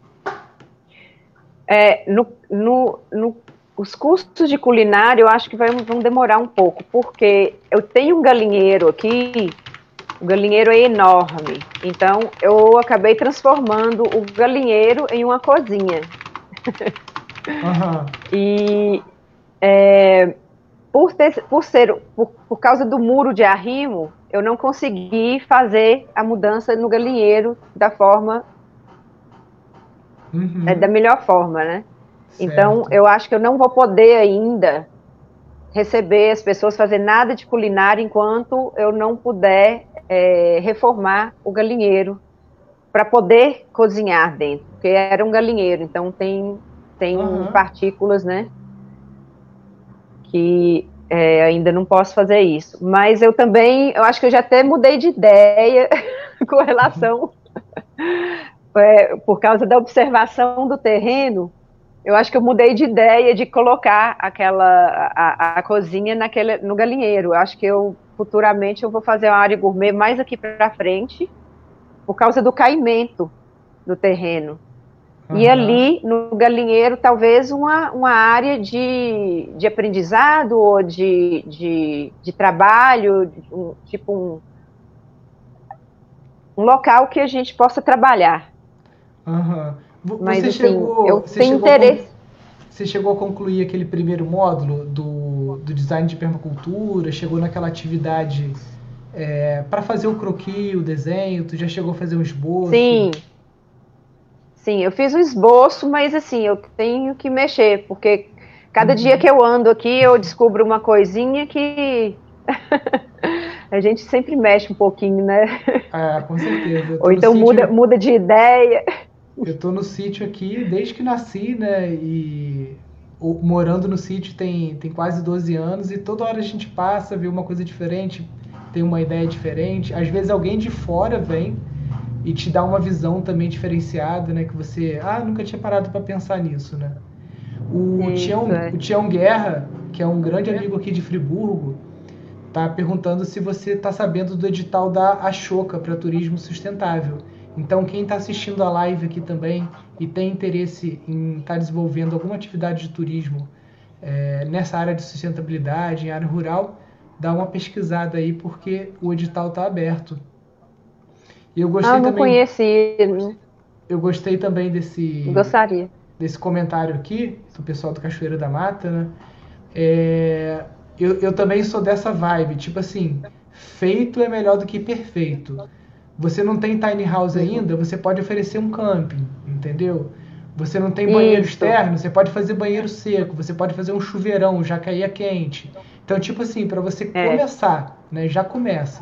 É, no, no, no, os custos de culinária eu acho que vai, vão demorar um pouco, porque eu tenho um galinheiro aqui, o galinheiro é enorme, então eu acabei transformando o galinheiro em uma cozinha. Aham. E é, por, ter, por, ser, por, por causa do muro de arrimo, eu não consegui fazer a mudança no galinheiro da forma, é, da Uhum. melhor forma, né? Então, Certo. eu acho que eu não vou poder ainda receber as pessoas, fazer nada de culinária enquanto eu não puder é, reformar o galinheiro para poder cozinhar dentro, porque era um galinheiro, então tem, tem Aham. partículas, né, que é, ainda não posso fazer isso. Mas eu também, eu acho que eu já até mudei de ideia com relação, é, por causa da observação do terreno, eu acho que eu mudei de ideia de colocar aquela a, a cozinha naquele, no galinheiro. Eu acho que eu futuramente eu vou fazer uma área gourmet mais aqui para frente, por causa do caimento do terreno. E Aham. ali no galinheiro, talvez uma, uma área de, de aprendizado ou de, de, de trabalho, um, tipo um, um local que a gente possa trabalhar. Aham. Mas, Você assim, chegou, eu você tenho chegou a con- interesse. você chegou a concluir aquele primeiro módulo do, do design de permacultura? Chegou naquela atividade para fazer o croquis, o desenho? Tu já chegou a fazer um esboço? Sim, sim, eu fiz o esboço, mas assim, eu tenho que mexer, porque cada dia que Uhum. eu ando aqui, eu descubro uma coisinha que a gente sempre mexe um pouquinho, né? Ah, com certeza. Eu Ou tô no então muda, sítio, muda de ideia. eu tô no sítio aqui desde que nasci, né? E o- morando no sítio tem, tem quase doze anos e toda hora a gente passa, vê uma coisa diferente, tem uma ideia diferente. Às vezes alguém de fora vem e te dá uma visão também diferenciada, né? Que você, ah, nunca tinha parado para pensar nisso, né? O Isso, Tião, é. o Tião Guerra, que é um grande amigo aqui de Friburgo, tá perguntando se você está sabendo do edital da Ashoka para turismo sustentável. Então, quem está assistindo a live aqui também e tem interesse em estar tá desenvolvendo alguma atividade de turismo é, nessa área de sustentabilidade, em área rural, dá uma pesquisada aí, porque o edital está aberto. E eu Ah, gostei eu não também, conheci, não eu gostei também desse, gostaria. desse comentário aqui, do pessoal do Cachoeira da Mata, né? É, eu, eu também sou dessa vibe, tipo assim, feito é melhor do que perfeito. Você não tem tiny house Uhum. ainda, você pode oferecer um camping, entendeu? Você não tem banheiro Isso, externo, você pode fazer banheiro seco, você pode fazer um chuveirão, já que aí é quente. Então, tipo assim, para você é. começar, né, já começa.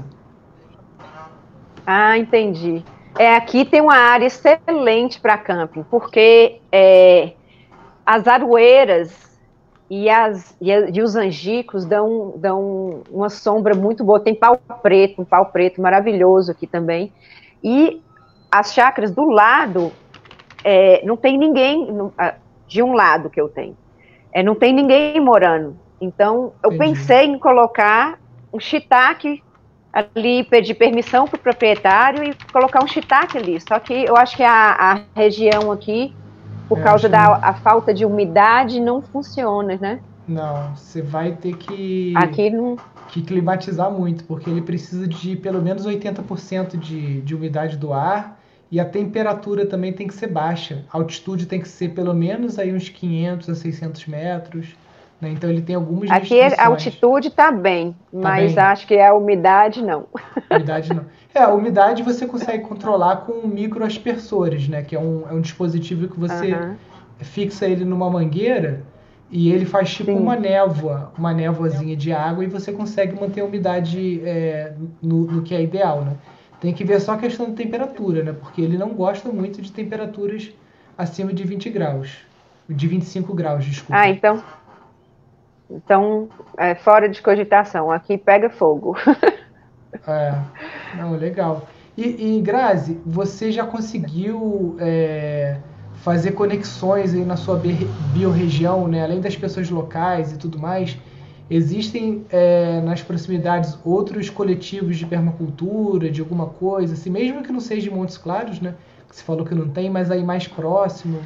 Ah, entendi. É, aqui tem uma área excelente para camping, porque é, as aroeiras e, as, e, a- e os angicos dão, dão uma sombra muito boa. Tem pau preto, um pau preto maravilhoso aqui também. E as chácaras do lado, é, não tem ninguém, no- ah, de um lado que eu tenho, é, não tem ninguém morando. Então, eu Entendi. pensei em colocar um shiitake ali, pedir permissão para o proprietário e colocar um shiitake ali. Só que eu acho que a, a região aqui, por É, eu acho causa que não, da a falta de umidade, não funciona, né? não, você vai ter que, Aqui não. que climatizar muito, porque ele precisa de pelo menos oitenta por cento de, de umidade do ar e a temperatura também tem que ser baixa. A altitude tem que ser pelo menos aí uns quinhentos a seiscentos metros, né? Então ele tem algumas Aqui a restrições. altitude está bem, Tá mas bem? acho que a umidade não. Umidade não. É, a umidade você consegue controlar com microaspersores, né? Que é um, é um dispositivo que você Aham, fixa ele numa mangueira e ele faz tipo uma sim. névoa, uma névoazinha de água e você consegue manter a umidade é, no, no que é ideal, né? Tem que ver só a questão da temperatura, né? Porque ele não gosta muito de temperaturas acima de vinte graus. De vinte e cinco graus, Ah, desculpa. então, então é fora de cogitação. Aqui pega fogo. É, não, legal. E, e Grazi, você já conseguiu é, fazer conexões aí na sua bi- biorregião, né? Além das pessoas locais e tudo mais, existem é, nas proximidades outros coletivos de permacultura, de alguma coisa, assim, mesmo que não seja de Montes Claros, né? Que você falou que não tem, mas aí mais próximo.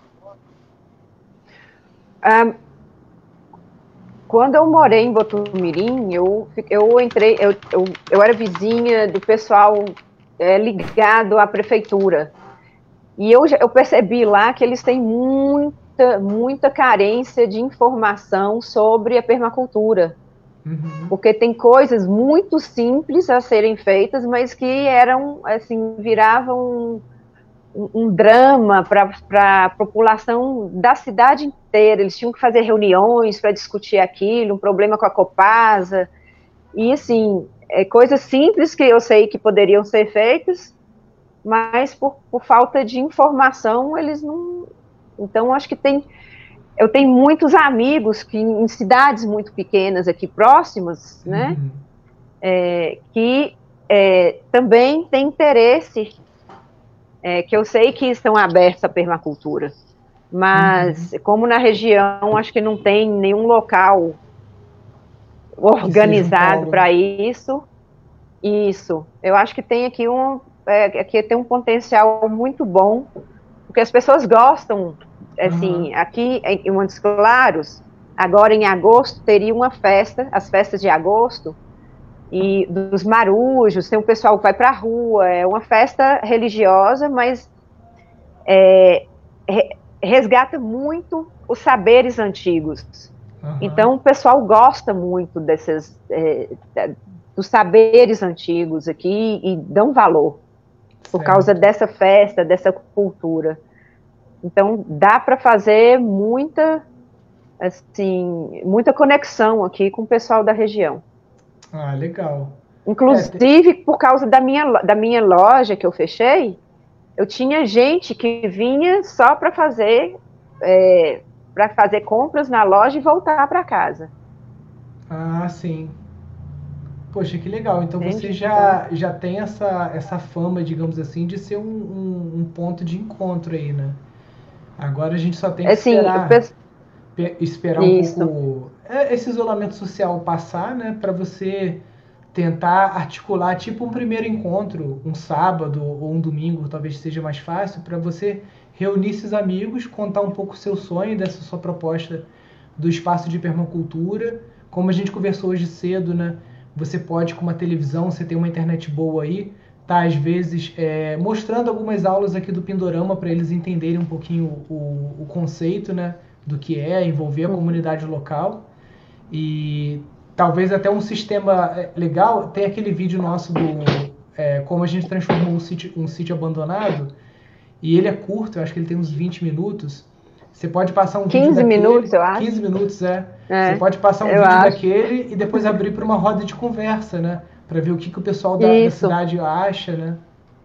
Ah, quando eu morei em Botumirim, eu, eu entrei, eu, eu, eu era vizinha do pessoal é, ligado à prefeitura. E eu, já- eu percebi lá que eles têm muita, muita carência de informação sobre a permacultura. Uhum. Porque tem coisas muito simples a serem feitas, mas que eram, assim, viravam um, um drama para a população da cidade inteira. Eles tinham que fazer reuniões para discutir aquilo, um problema com a Copasa. E, assim, é, coisas simples que eu sei que poderiam ser feitas, mas por, por falta de informação, eles não. Então, acho que tem. Eu tenho muitos amigos que em cidades muito pequenas aqui próximas, né, Uhum. que é, também têm interesse, é, que eu sei que estão abertos à permacultura. Uhum. Mas, como na região, acho que não tem nenhum local Que seja um organizado polo, né? para isso. Isso. Eu acho que tem aqui um, é, aqui tem um potencial muito bom, porque as pessoas gostam, Aham. assim, aqui em Montes Claros, agora em agosto teria uma festa, as festas de agosto, e dos marujos, tem um pessoal que vai para a rua, é uma festa religiosa, mas re, resgata muito os saberes antigos. Aham. Então, o pessoal gosta muito desses, é, dos saberes antigos aqui e dão valor por Certo. causa dessa festa, dessa cultura. Então, dá para fazer muita, assim, muita conexão aqui com o pessoal da região. Ah, legal. É, te- Inclusive, por causa da minha, lo- da minha loja que eu fechei, eu tinha gente que vinha só para fazer, é, para fazer compras na loja e voltar para casa. ah, sim. Poxa, que legal. Então você Entende? Então, já, já tem essa, essa fama, digamos assim, de ser um, um, um ponto de encontro aí, né? Agora a gente só tem que assim, eu esperar, penso, pe- esperar um isso. pouco é, esse isolamento social passar, né? Para você tentar articular tipo um primeiro encontro, um sábado ou um domingo, talvez seja mais fácil, para você reunir esses amigos, contar um pouco o seu sonho dessa sua proposta do espaço de permacultura. Como a gente conversou hoje cedo, né? Você pode, com uma televisão, você tem uma internet boa aí, tá às vezes é, mostrando algumas aulas aqui do Pindorama para eles entenderem um pouquinho o, o conceito, né? Do que é envolver a Uhum. comunidade local. E talvez até um sistema é, legal. Tem aquele vídeo nosso do é, como a gente transformou um sítio, um sítio abandonado. E ele é curto, eu acho que ele tem uns vinte minutos. Você pode passar um vídeo quinze minutos, daquele, eu quinze acho. minutos, é. Você É, pode passar um eu vídeo acho. daquele e depois abrir para uma roda de conversa, né? Para ver o que, que o pessoal da, da Isso. cidade acha, né?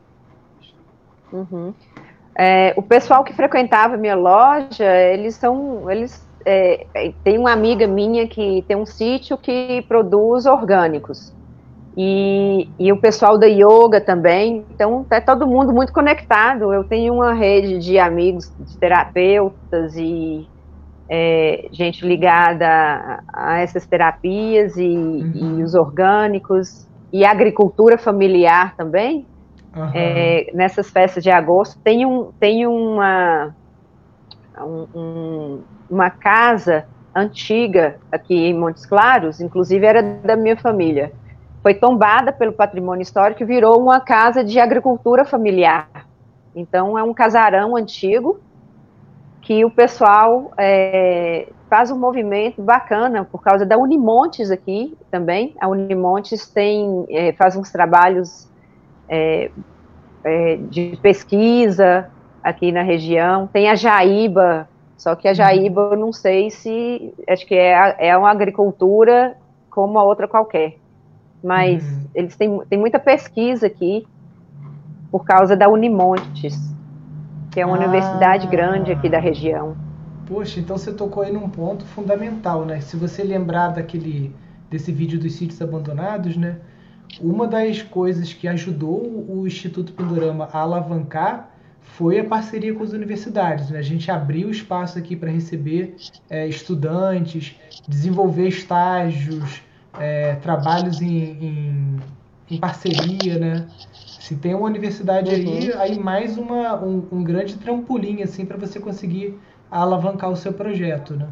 Uhum. É, o pessoal que frequentava minha loja, eles são, eles é, é, tem uma amiga minha que tem um sítio que produz orgânicos. E, e o pessoal da yoga também, então é todo mundo muito conectado. Eu tenho uma rede de amigos, de terapeutas e é, gente ligada a, a essas terapias e, e Uhum. os orgânicos e agricultura familiar também. Aham. É, nessas festas de agosto tem, um, tem uma, um, um, uma casa antiga aqui em Montes Claros, inclusive era da minha família. Foi tombada pelo patrimônio histórico e virou uma casa de agricultura familiar. Então, é um casarão antigo que o pessoal é, faz um movimento bacana por causa da Unimontes aqui também. A Unimontes tem, é, faz uns trabalhos é, de pesquisa aqui na região. Tem a Jaíba, só que a Uhum. Jaíba eu não sei se, acho que é, é uma agricultura como a outra qualquer. Mas Uhum. eles têm, têm muita pesquisa aqui por causa da Unimontes, que é uma universidade grande aqui Ah, da região. poxa, então você tocou aí num ponto fundamental, né? Se você lembrar daquele desse vídeo dos sítios abandonados, né? Uma das coisas que ajudou o Instituto Pindorama a alavancar foi a parceria com as universidades, né? A gente abriu espaço aqui para receber é, estudantes, desenvolver estágios, é, trabalhos em, em, em parceria, né? Se tem uma universidade aí, Uhum. aí mais uma, um, um grande trampolim assim para você conseguir alavancar o seu projeto, né?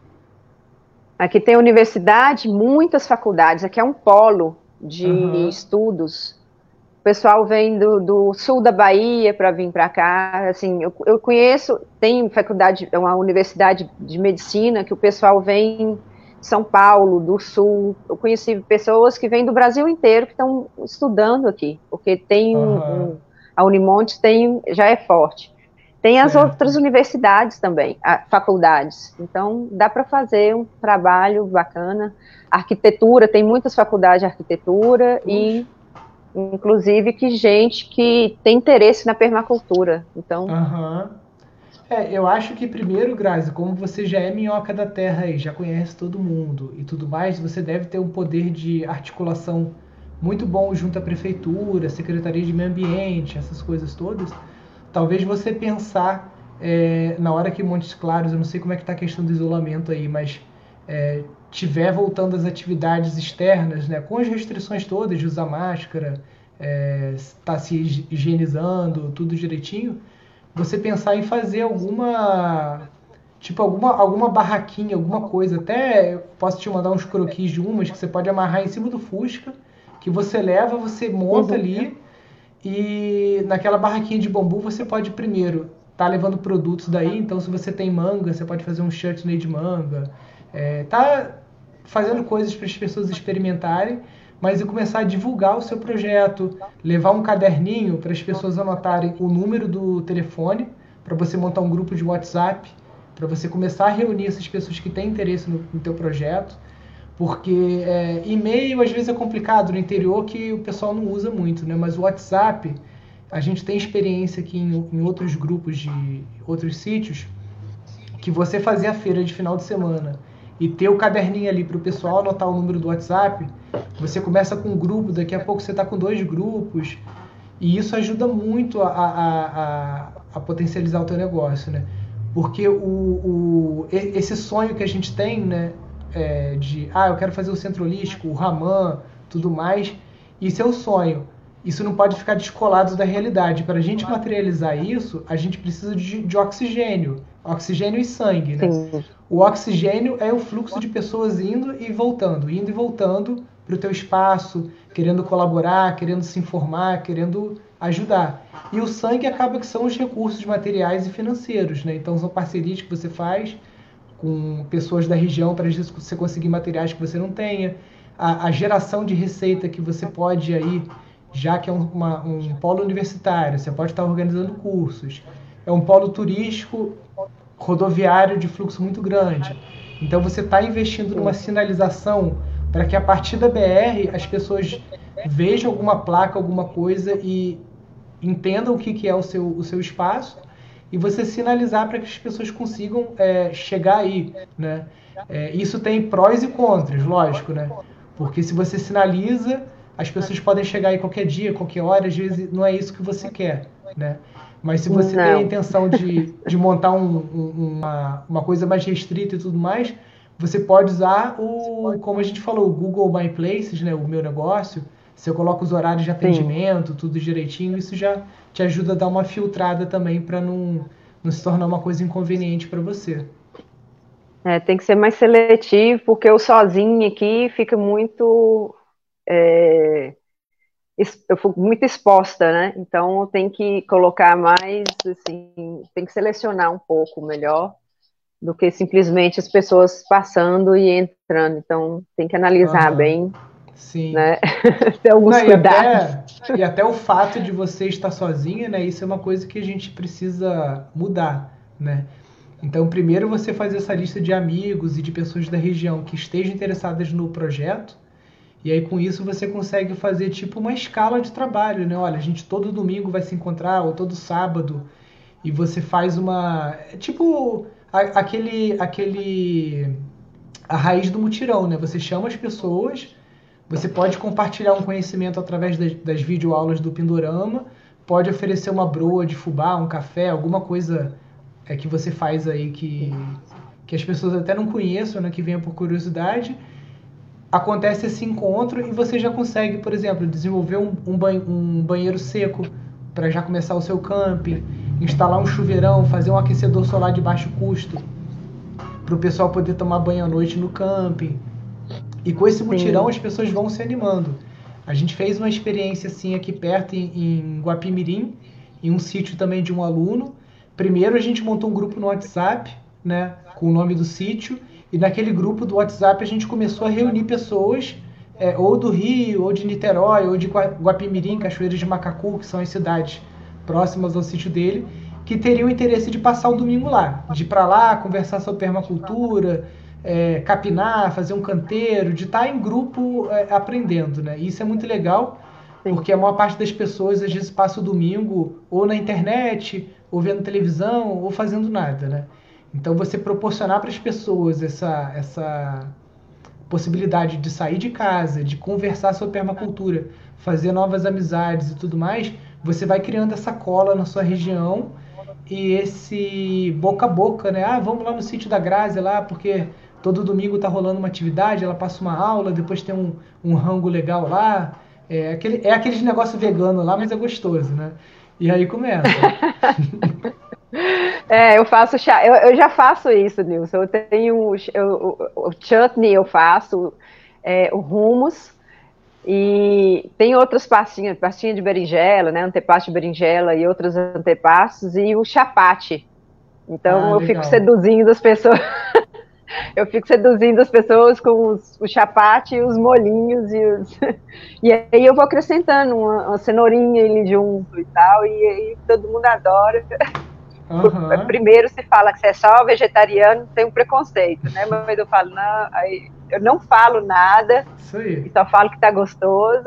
Aqui tem universidade, muitas faculdades, aqui é um polo de Aham. estudos. O pessoal vem do, do sul da Bahia para vir para cá. Assim, eu, eu conheço, tem faculdade, é uma universidade de medicina que o pessoal vem de São Paulo, do sul. Eu conheci pessoas que vêm do Brasil inteiro que estão estudando aqui, porque tem um, Aham. um, a Unimonte tem, já é forte. Tem as Certo. outras universidades também, faculdades. Então, dá para fazer um trabalho bacana. Arquitetura, tem muitas faculdades de arquitetura Puxa. e inclusive que gente que tem interesse na permacultura. Então, Aham. É, eu acho que primeiro, Grazi, como você já é minhoca da terra aí, já conhece todo mundo e tudo mais, você deve ter um poder de articulação muito bom junto à prefeitura, Secretaria de Meio Ambiente, essas coisas todas. Talvez você pensar é, na hora que Montes Claros, eu não sei como é que está a questão do isolamento aí, mas é, tiver voltando às atividades externas, né, com as restrições todas de usar máscara, está é, se higienizando, tudo direitinho, você pensar em fazer alguma tipo alguma, alguma barraquinha, alguma coisa. Até posso te mandar uns croquis de umas que você pode amarrar em cima do Fusca, que você leva, você monta uhum, ali e naquela barraquinha de bambu você pode primeiro tá levando produtos daí, então se você tem manga, você pode fazer um chutney de manga, é, tá fazendo coisas para as pessoas experimentarem, mas e começar a divulgar o seu projeto, levar um caderninho para as pessoas anotarem o número do telefone, para você montar um grupo de WhatsApp, para você começar a reunir essas pessoas que têm interesse no, no teu projeto, porque é, e-mail às vezes é complicado no interior, que o pessoal não usa muito, né? Mas o WhatsApp, a gente tem experiência aqui em, em outros grupos de outros sítios, que você fazer a feira de final de semana e ter o caderninho ali para o pessoal anotar o número do WhatsApp, você começa com um grupo, daqui a pouco você está com dois grupos, e isso ajuda muito a, a, a, a potencializar o teu negócio, né? Porque o, o, esse sonho que a gente tem, né, é de, ah, eu quero fazer o centro holístico, o Ramã, tudo mais, isso é o sonho. Isso não pode ficar descolado da realidade. Para a gente materializar isso, a gente precisa de, de oxigênio. Oxigênio e sangue, né? Sim. O oxigênio é o fluxo de pessoas indo e voltando, indo e voltando para o teu espaço, querendo colaborar, querendo se informar, querendo ajudar. E o sangue acaba que são os recursos materiais e financeiros, né? Então são parcerias que você faz com pessoas da região para você conseguir materiais que você não tenha. A, a geração de receita que você pode aí, já que é um, uma, um polo universitário, você pode estar organizando cursos. É um polo turístico rodoviário de fluxo muito grande. Então você está investindo numa sinalização para que a partir da B R as pessoas vejam alguma placa, alguma coisa e entendam o que, que é o seu, o seu espaço, e você sinalizar para que as pessoas consigam é, chegar aí, né? É, isso tem prós e contras, lógico, né? Porque se você sinaliza, as pessoas podem chegar aí qualquer dia, qualquer hora, às vezes não é isso que você quer, né? Mas se você não. tem a intenção de, de montar um, um, uma, uma coisa mais restrita e tudo mais, você pode usar o, como a gente falou, o Google My Places, né, o meu negócio. Você coloca os horários de atendimento, Sim. tudo direitinho, isso já te ajuda a dar uma filtrada também para não, não se tornar uma coisa inconveniente para você. É, tem que ser mais seletivo, porque eu sozinha aqui fica muito... É... eu fico muito exposta, né? Então tem que colocar mais, assim, tem que selecionar um pouco melhor do que simplesmente as pessoas passando e entrando. Então tem que analisar uhum. bem, Sim. né? Ter alguns Não, cuidados. E até, e até o fato de você estar sozinha, né? Isso é uma coisa que a gente precisa mudar, né? Então primeiro você faz essa lista de amigos e de pessoas da região que estejam interessadas no projeto. E aí, com isso, você consegue fazer, tipo, uma escala de trabalho, né? Olha, a gente todo domingo vai se encontrar, ou todo sábado, e você faz uma... Tipo, a, aquele, aquele... a raiz do mutirão, né? Você chama as pessoas, você pode compartilhar um conhecimento através das, das videoaulas do Pindorama, pode oferecer uma broa de fubá, um café, alguma coisa é, que você faz aí que, que as pessoas até não conheçam, né? Que venha por curiosidade. Acontece esse encontro e você já consegue, por exemplo, desenvolver um, um, banho, um banheiro seco para já começar o seu camping, instalar um chuveirão, fazer um aquecedor solar de baixo custo para o pessoal poder tomar banho à noite no camping. E com esse mutirão Sim. as pessoas vão se animando. A gente fez uma experiência assim aqui perto em, em Guapimirim, em um sítio também de um aluno. Primeiro a gente montou um grupo no WhatsApp, né, com o nome do sítio. E naquele grupo do WhatsApp a gente começou a reunir pessoas, é, ou do Rio, ou de Niterói, ou de Guapimirim, Cachoeiras de Macacu, que são as cidades próximas ao sítio dele, que teriam interesse de passar o domingo lá, de ir para lá, conversar sobre permacultura, é, capinar, fazer um canteiro, de estar em grupo é, aprendendo, né? E isso é muito legal, Sim. porque a maior parte das pessoas às vezes passa o domingo ou na internet, ou vendo televisão, ou fazendo nada, né? Então, você proporcionar para as pessoas essa, essa possibilidade de sair de casa, de conversar sobre permacultura, fazer novas amizades e tudo mais, você vai criando essa cola na sua região e esse boca a boca, né? Ah, vamos lá no sítio da Grazi lá, porque todo domingo está rolando uma atividade, ela passa uma aula, depois tem um, um rango legal lá. É, aquele, é aqueles negócio vegano lá, mas é gostoso, né? E aí começa. É, eu faço chá, eu, eu já faço isso, Nilson. Eu tenho eu, o, o chutney, eu faço, é, o hummus, E tem outras pastinhas, pastinha de berinjela, né? Antepasto de berinjela e outros antepastos, e o chapate. Ah, Então eu fico legal. seduzindo as pessoas, eu fico seduzindo as pessoas com os, o chapate e os molhinhos e os... E aí eu vou acrescentando uma, uma cenourinha ali junto e tal, e aí todo mundo adora. Aham, Primeiro se fala que você é só vegetariano, tem um preconceito, né? Mas eu falo, não, aí eu não falo nada, isso e aí. só falo que tá gostoso,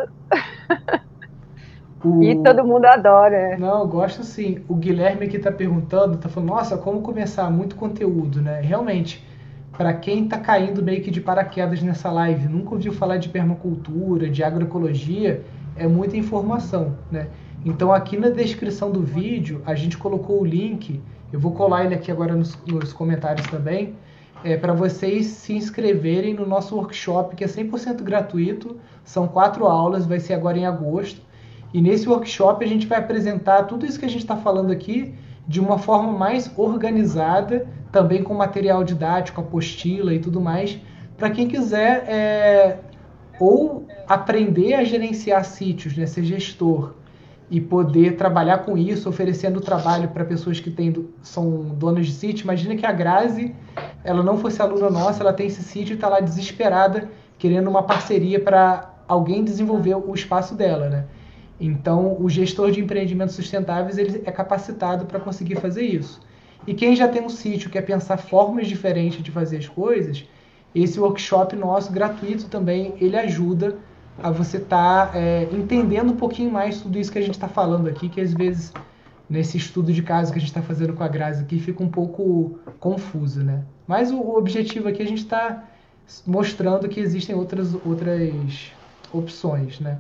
e O... todo mundo adora. Não, eu gosto sim. O Guilherme aqui tá perguntando, tá falando, nossa, como começar? Muito conteúdo, né? Realmente, para quem tá caindo meio que de paraquedas nessa live, nunca ouviu falar de permacultura, de agroecologia, é muita informação, né? Então aqui na descrição do vídeo a gente colocou o link, eu vou colar ele aqui agora nos, nos comentários também, é, para vocês se inscreverem no nosso workshop, que é cem por cento gratuito, são quatro aulas, vai ser agora em agosto. E nesse workshop a gente vai apresentar tudo isso que a gente está falando aqui de uma forma mais organizada, também com material didático, apostila e tudo mais, para quem quiser é, ou aprender a gerenciar sítios, né, ser gestor, e poder trabalhar com isso, oferecendo trabalho para pessoas que têm, são donas de sítio. Imagina que a Grazi, ela não fosse aluna nossa, ela tem esse sítio e está lá desesperada, querendo uma parceria para alguém desenvolver o espaço dela, né? Então, o gestor de empreendimentos sustentáveis ele é capacitado para conseguir fazer isso. E quem já tem um sítio, quer pensar formas diferentes de fazer as coisas, esse workshop nosso, gratuito também, ele ajuda a você estar tá, é, entendendo um pouquinho mais tudo isso que a gente está falando aqui, que às vezes, nesse estudo de caso que a gente está fazendo com a Grazi aqui, fica um pouco confuso, né? Mas o, o objetivo aqui, a gente está mostrando que existem outras, outras opções, né?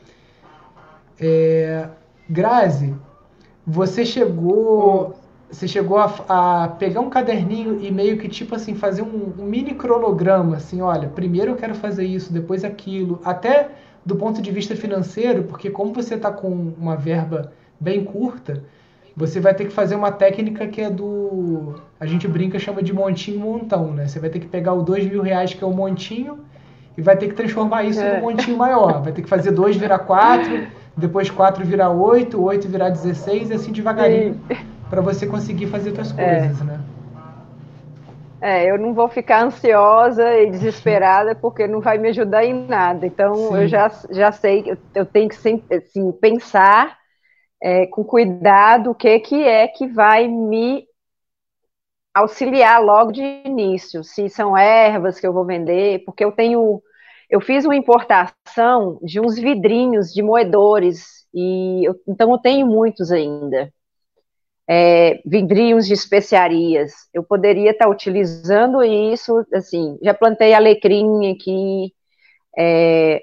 É, Grazi, você Hum. chegou, você chegou a, a pegar um caderninho e meio que tipo assim fazer um, um mini cronograma, assim, olha, primeiro eu quero fazer isso, depois aquilo, até do ponto de vista financeiro, porque como você está com uma verba bem curta, você vai ter que fazer uma técnica que é do, a gente brinca, chama de montinho montão, né? Você vai ter que pegar o dois mil reais que é o montinho e vai ter que transformar isso num É. montinho maior. Vai ter que fazer dois virar quatro, depois quatro virar oito, oito virar dezesseis, e assim devagarinho, Sim. para você conseguir fazer outras É. coisas, né? É, eu não vou ficar ansiosa e desesperada porque não vai me ajudar em nada. Então, eu Sim, já, já sei que eu, eu tenho que sempre, assim, pensar é, com cuidado o que, que é que vai me auxiliar logo de início. Se são ervas que eu vou vender, porque eu tenho... Eu fiz uma importação de uns vidrinhos de moedores, e eu, então eu tenho muitos ainda. É, vidrinhos de especiarias. Eu poderia estar utilizando isso, assim, já plantei alecrim aqui, é,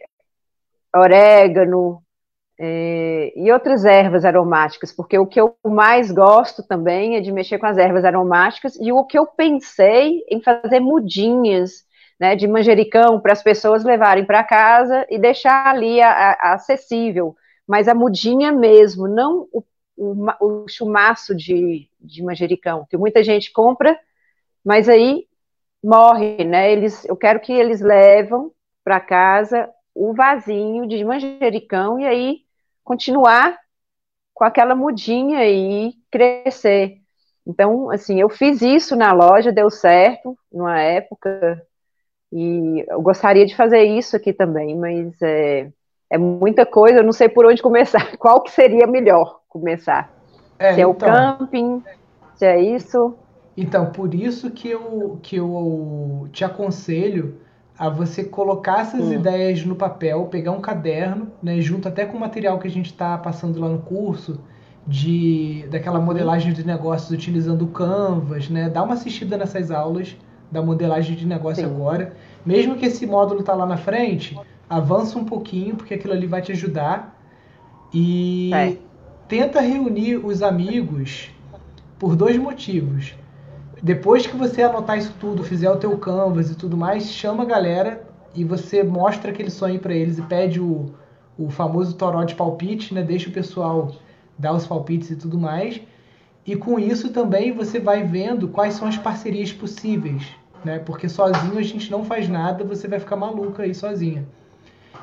orégano, é, e outras ervas aromáticas, porque o que eu mais gosto também é de mexer com as ervas aromáticas, e o que eu pensei em fazer mudinhas, né, de manjericão para as pessoas levarem para casa e deixar ali a, a, acessível, mas a mudinha mesmo, não o o, o chumaço de, de manjericão, que muita gente compra, mas aí morre, né? Eles, eu quero que eles levam para casa o vasinho de manjericão e aí continuar com aquela mudinha e crescer. Então, assim, eu fiz isso na loja, deu certo numa época, e eu gostaria de fazer isso aqui também, mas é, é muita coisa, eu não sei por onde começar. Qual que seria melhor começar? é, Se é o então, camping, se é isso. então por isso que eu, que eu te aconselho a você colocar essas Hum, ideias no papel, pegar um caderno, né, junto até com o material que a gente está passando lá no curso, de daquela uhum, modelagem de negócios utilizando o Canvas, né? Dá uma assistida nessas aulas da modelagem de negócio sim, agora. Mesmo que esse módulo tá lá na frente, avança um pouquinho, porque aquilo ali vai te ajudar. E é. tenta reunir os amigos por dois motivos. Depois que você anotar isso tudo, fizer o teu Canvas e tudo mais, chama a galera e você mostra aquele sonho para eles e pede o, o famoso toró de palpite, né? Deixa o pessoal dar os palpites e tudo mais. E com isso também você vai vendo quais são as parcerias possíveis, né? Porque sozinho a gente não faz nada, você vai ficar maluca aí sozinha.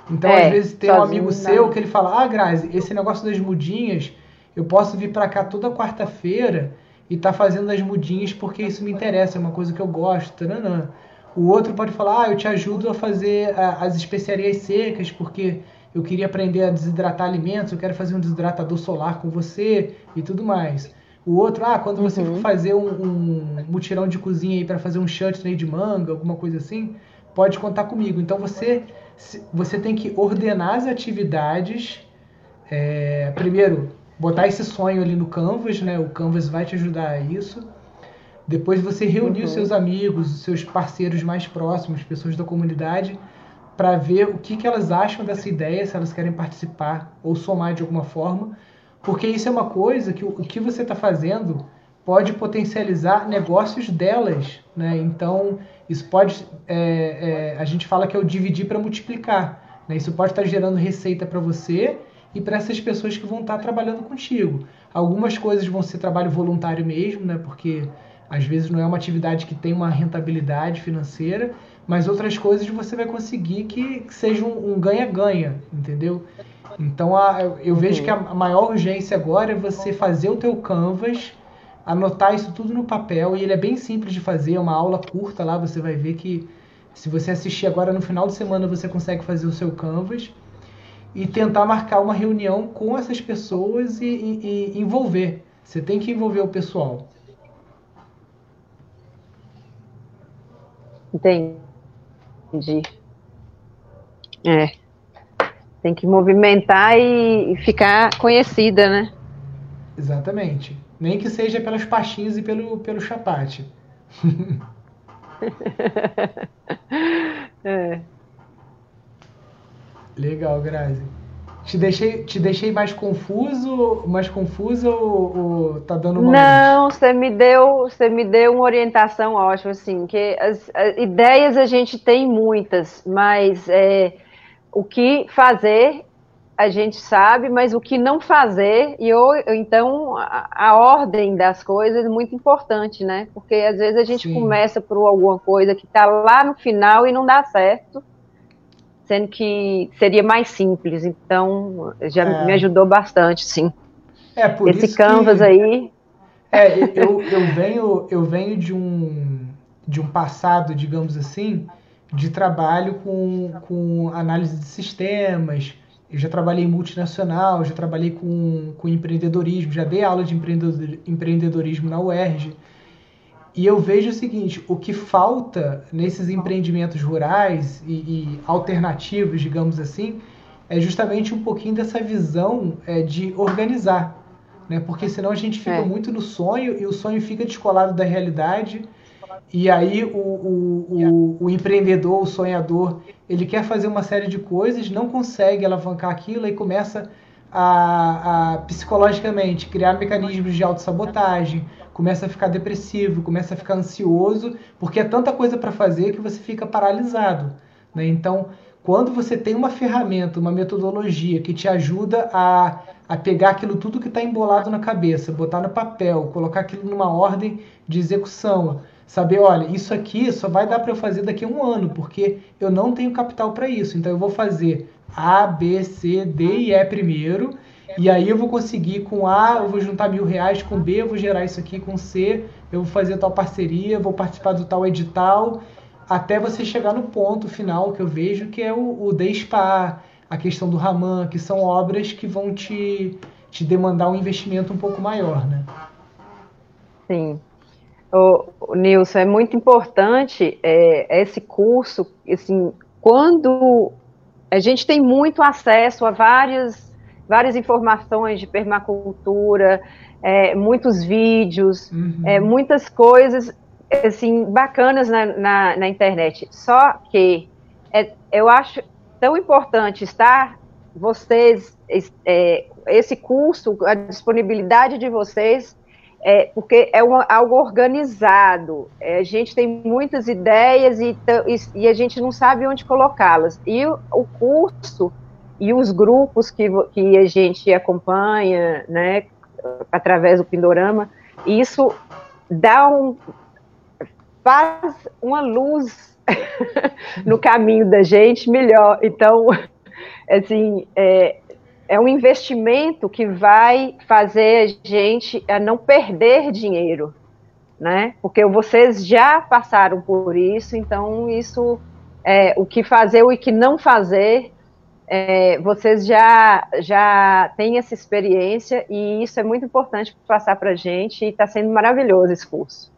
Então, É, às vezes, tem um sozinho amigo não seu dá. que ele fala, ah, Grazi, esse negócio das mudinhas, eu posso vir pra cá toda quarta-feira e tá fazendo as mudinhas porque isso me interessa, é uma coisa que eu gosto, taranã. O outro pode falar, ah, eu te ajudo a fazer a- as especiarias secas porque eu queria aprender a desidratar alimentos, eu quero fazer um desidratador solar com você e tudo mais. O outro, ah, quando você for Uhum. fazer um, um mutirão de cozinha aí para fazer um chutney de manga, alguma coisa assim, pode contar comigo. Então você, se- você tem que ordenar as atividades. É, primeiro, botar esse sonho ali no Canvas, né? O Canvas vai te ajudar a isso. Depois você reunir os seus Uhum. amigos, os seus parceiros mais próximos, pessoas da comunidade, para ver o que, que elas acham dessa ideia, se elas querem participar ou somar de alguma forma, porque isso é uma coisa que o, o que você está fazendo pode potencializar negócios delas, né? Então, isso pode, é, é, a gente fala que é o dividir para multiplicar, né? Isso pode estar gerando receita para você e para essas pessoas que vão estar trabalhando contigo. Algumas coisas vão ser trabalho voluntário mesmo, né? Porque às vezes não é uma atividade que tem uma rentabilidade financeira, mas outras coisas você vai conseguir que, que seja um ganha-ganha, um entendeu? Então a, eu vejo que a Uhum. maior urgência agora é você fazer o teu Canvas, anotar isso tudo no papel, e ele é bem simples de fazer, é uma aula curta lá, você vai ver que se você assistir agora no final de semana você consegue fazer o seu Canvas e tentar marcar uma reunião com essas pessoas e, e, e envolver. Você tem que envolver o pessoal. Entendi. É, tem que movimentar e, e ficar conhecida, né? Exatamente. Nem que seja pelas pastinhas e pelo, pelo chapate. É. Legal, Grazi. Te deixei, te deixei mais confuso, mais confusa ou, ou tá dando uma luz? Não, você me deu, você me deu uma orientação ótima, assim, que as, as ideias a gente tem muitas, mas é, o que fazer a gente sabe, mas o que não fazer, e eu, eu- então a, a ordem das coisas é muito importante, né? Porque às vezes a gente Sim. começa por alguma coisa que está lá no final e não dá certo, sendo que seria mais simples. Então já me É, ajudou bastante, sim. é por Esse isso Canvas que aí. é, eu, eu venho eu venho de um de um passado, digamos assim, de trabalho com, com análise de sistemas. Eu já trabalhei em multinacional, já trabalhei com, com empreendedorismo, já dei aula de empreendedor- empreendedorismo na U E R J. E eu vejo o seguinte, o que falta nesses empreendimentos rurais e, e alternativos, digamos assim, é justamente um pouquinho dessa visão é, de organizar, né? Porque senão a gente fica É. muito no sonho e o sonho fica descolado da realidade. E aí o, o, o, o empreendedor, o sonhador, ele quer fazer uma série de coisas, não consegue alavancar aquilo e começa a, a psicologicamente criar mecanismos de autossabotagem, começa a ficar depressivo, começa a ficar ansioso, porque é tanta coisa para fazer que você fica paralisado, né? Então, quando você tem uma ferramenta, uma metodologia que te ajuda a, a pegar aquilo tudo que está embolado na cabeça, botar no papel, colocar aquilo numa ordem de execução, saber, olha, isso aqui só vai dar para eu fazer daqui a um ano, porque eu não tenho capital para isso. Então eu vou fazer A, B, C, D e E primeiro, e aí eu vou conseguir com A, eu vou juntar mil reais, com B eu vou gerar isso aqui, com C eu vou fazer tal parceria, vou participar do tal edital, até você chegar no ponto final que eu vejo, que é o, o D SPA, a questão do Raman, que são obras que vão te, te demandar um investimento um pouco maior, né? Sim. O, o Nilson, é muito importante é, esse curso, assim, quando a gente tem muito acesso a várias, várias informações de permacultura, é, muitos vídeos, é, Uhum. muitas coisas assim bacanas na, na, na internet. Só que é, eu acho tão importante estar vocês, é, esse curso, a disponibilidade de vocês, é, porque é uma, algo organizado. É, a gente tem muitas ideias e, e, e a gente não sabe onde colocá-las. E o, o curso e os grupos que, que a gente acompanha, né, através do Pindorama, isso dá um, faz uma luz no caminho da gente melhor. Então, assim, é, é um investimento que vai fazer a gente a não perder dinheiro, né? Porque vocês já passaram por isso, então isso é o que fazer, o que não fazer, é, vocês já, já têm essa experiência e isso é muito importante passar para a gente e está sendo maravilhoso esse curso.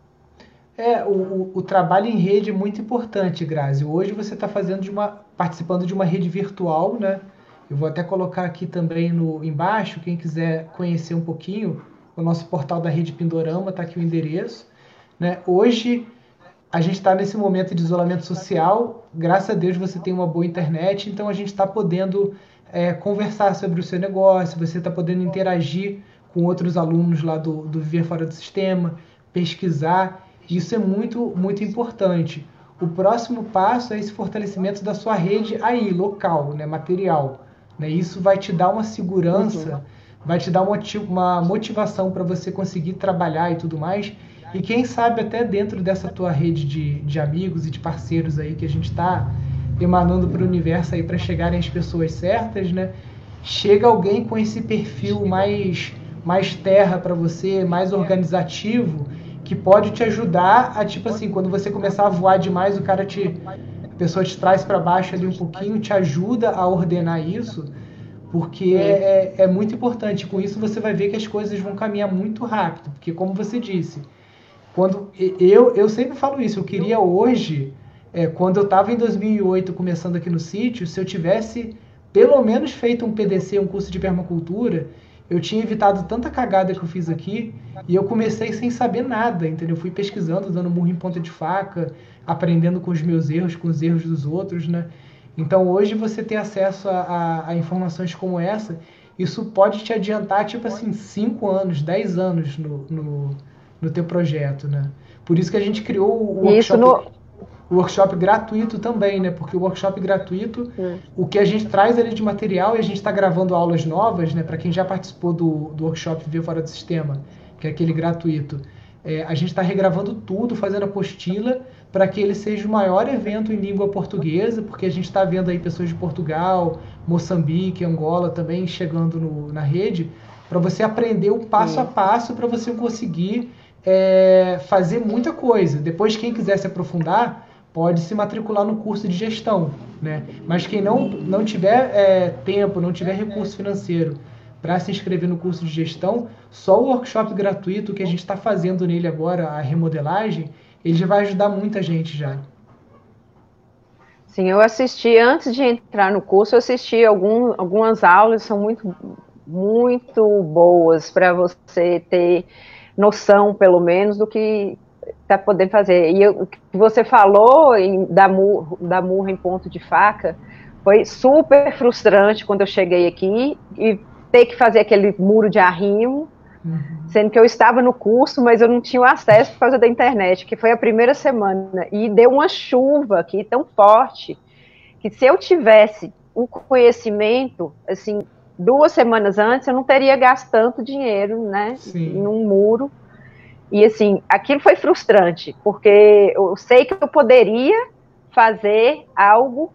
É, o, o trabalho em rede é muito importante, Grazi. Hoje você está fazendo de uma, participando de uma rede virtual, né? Eu vou até colocar aqui também no embaixo, quem quiser conhecer um pouquinho, o nosso portal da Rede Pindorama, está aqui o endereço. Né? Hoje, a gente está nesse momento de isolamento social, graças a Deus você tem uma boa internet, então a gente está podendo é, conversar sobre o seu negócio, você está podendo interagir com outros alunos lá do, do Viver Fora do Sistema, pesquisar, isso é muito, muito importante. O próximo passo é esse fortalecimento da sua rede aí, local, né, material. Né? Isso vai te dar uma segurança, uhum. vai te dar uma, uma motivação para você conseguir trabalhar e tudo mais. E quem sabe até dentro dessa tua rede de, de amigos e de parceiros aí que a gente está emanando para o universo aí para chegarem as pessoas certas, né? Chega alguém com esse perfil mais, mais terra para você, mais organizativo, que pode te ajudar a, tipo assim, quando você começar a voar demais, o cara te... a pessoa te traz para baixo ali um pouquinho, te ajuda a ordenar isso, porque é, é, é muito importante. Com isso você vai ver que as coisas vão caminhar muito rápido, porque como você disse, quando eu, eu sempre falo isso, eu queria hoje, é, quando eu estava em dois mil e oito começando aqui no sítio, se eu tivesse pelo menos feito um P D C, um curso de permacultura, eu tinha evitado tanta cagada que eu fiz aqui, e eu comecei sem saber nada, entendeu? Eu fui pesquisando, dando murro em ponta de faca, aprendendo com os meus erros, com os erros dos outros, né? Então hoje você ter acesso a, a, a informações como essa, isso pode te adiantar, tipo assim, cinco anos, dez anos no, no, no teu projeto, né? Por isso que a gente criou o workshop, no... o workshop gratuito também, né? Porque o workshop gratuito, hum. o que a gente traz ali de material, e a gente está gravando aulas novas, né? Para quem já participou do, do workshop Viver Fora do Sistema, que é aquele gratuito, é, a gente está regravando tudo, fazendo apostila, para que ele seja o maior evento em língua portuguesa, porque a gente está vendo aí pessoas de Portugal, Moçambique, Angola também chegando no, na rede, para você aprender o passo Sim. a passo, para você conseguir é, fazer muita coisa. Depois, quem quiser se aprofundar, pode se matricular no curso de gestão, né? Mas quem não, não tiver é, tempo, não tiver recurso financeiro para se inscrever no curso de gestão, só o workshop gratuito que a gente está fazendo nele agora, a remodelagem, ele já vai ajudar muita gente já. Sim, eu assisti, antes de entrar no curso, eu assisti algum, algumas aulas, são muito, muito boas para você ter noção, pelo menos, do que está podendo fazer. E eu, o que você falou em dar murro, dar murro em ponto de faca foi super frustrante quando eu cheguei aqui e ter que fazer aquele muro de arrimo, uhum. sendo que eu estava no curso, mas eu não tinha acesso por causa da internet, que foi a primeira semana, e deu uma chuva aqui tão forte, que se eu tivesse um conhecimento, assim, duas semanas antes, eu não teria gasto tanto dinheiro, né, Sim. num muro. E, assim, aquilo foi frustrante, porque eu sei que eu poderia fazer algo,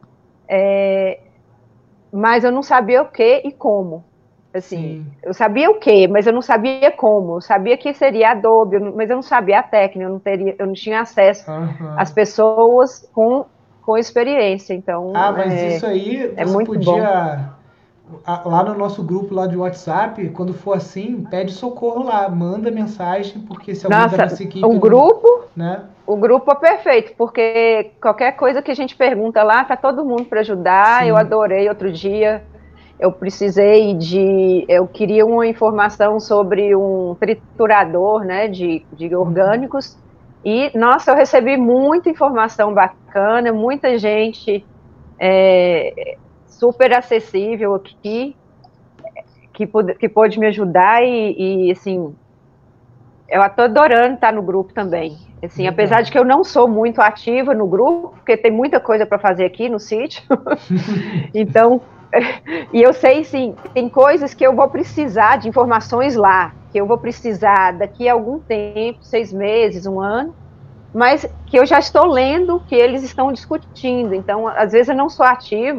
é, mas eu não sabia o que e como. Assim, Sim. eu sabia o que, mas eu não sabia como. Eu sabia que seria Adobe, mas eu não sabia a técnica, eu não, teria, eu não tinha acesso uhum. às pessoas com, com experiência. Então, ah, mas é, isso aí é você muito podia... Bom. Lá no nosso grupo lá de WhatsApp, quando for assim, pede socorro lá, manda mensagem, porque se alguém Nossa, da nossa equipe... o grupo, né? o grupo é perfeito, porque qualquer coisa que a gente pergunta lá, tá todo mundo para ajudar. Sim. Eu adorei outro dia, eu precisei de... Eu queria uma informação sobre um triturador, né, de, de orgânicos, uhum. e, nossa, eu recebi muita informação bacana, muita gente... É, super acessível aqui, que pôde, que pôde me ajudar e, e, assim, eu estou adorando estar no grupo também. Assim, uhum. apesar de que eu não sou muito ativa no grupo, porque tem muita coisa para fazer aqui no sítio, então, e eu sei, sim, tem coisas que eu vou precisar de informações lá, que eu vou precisar daqui a algum tempo, seis meses, um ano, mas que eu já estou lendo que eles estão discutindo. Então, às vezes eu não sou ativa,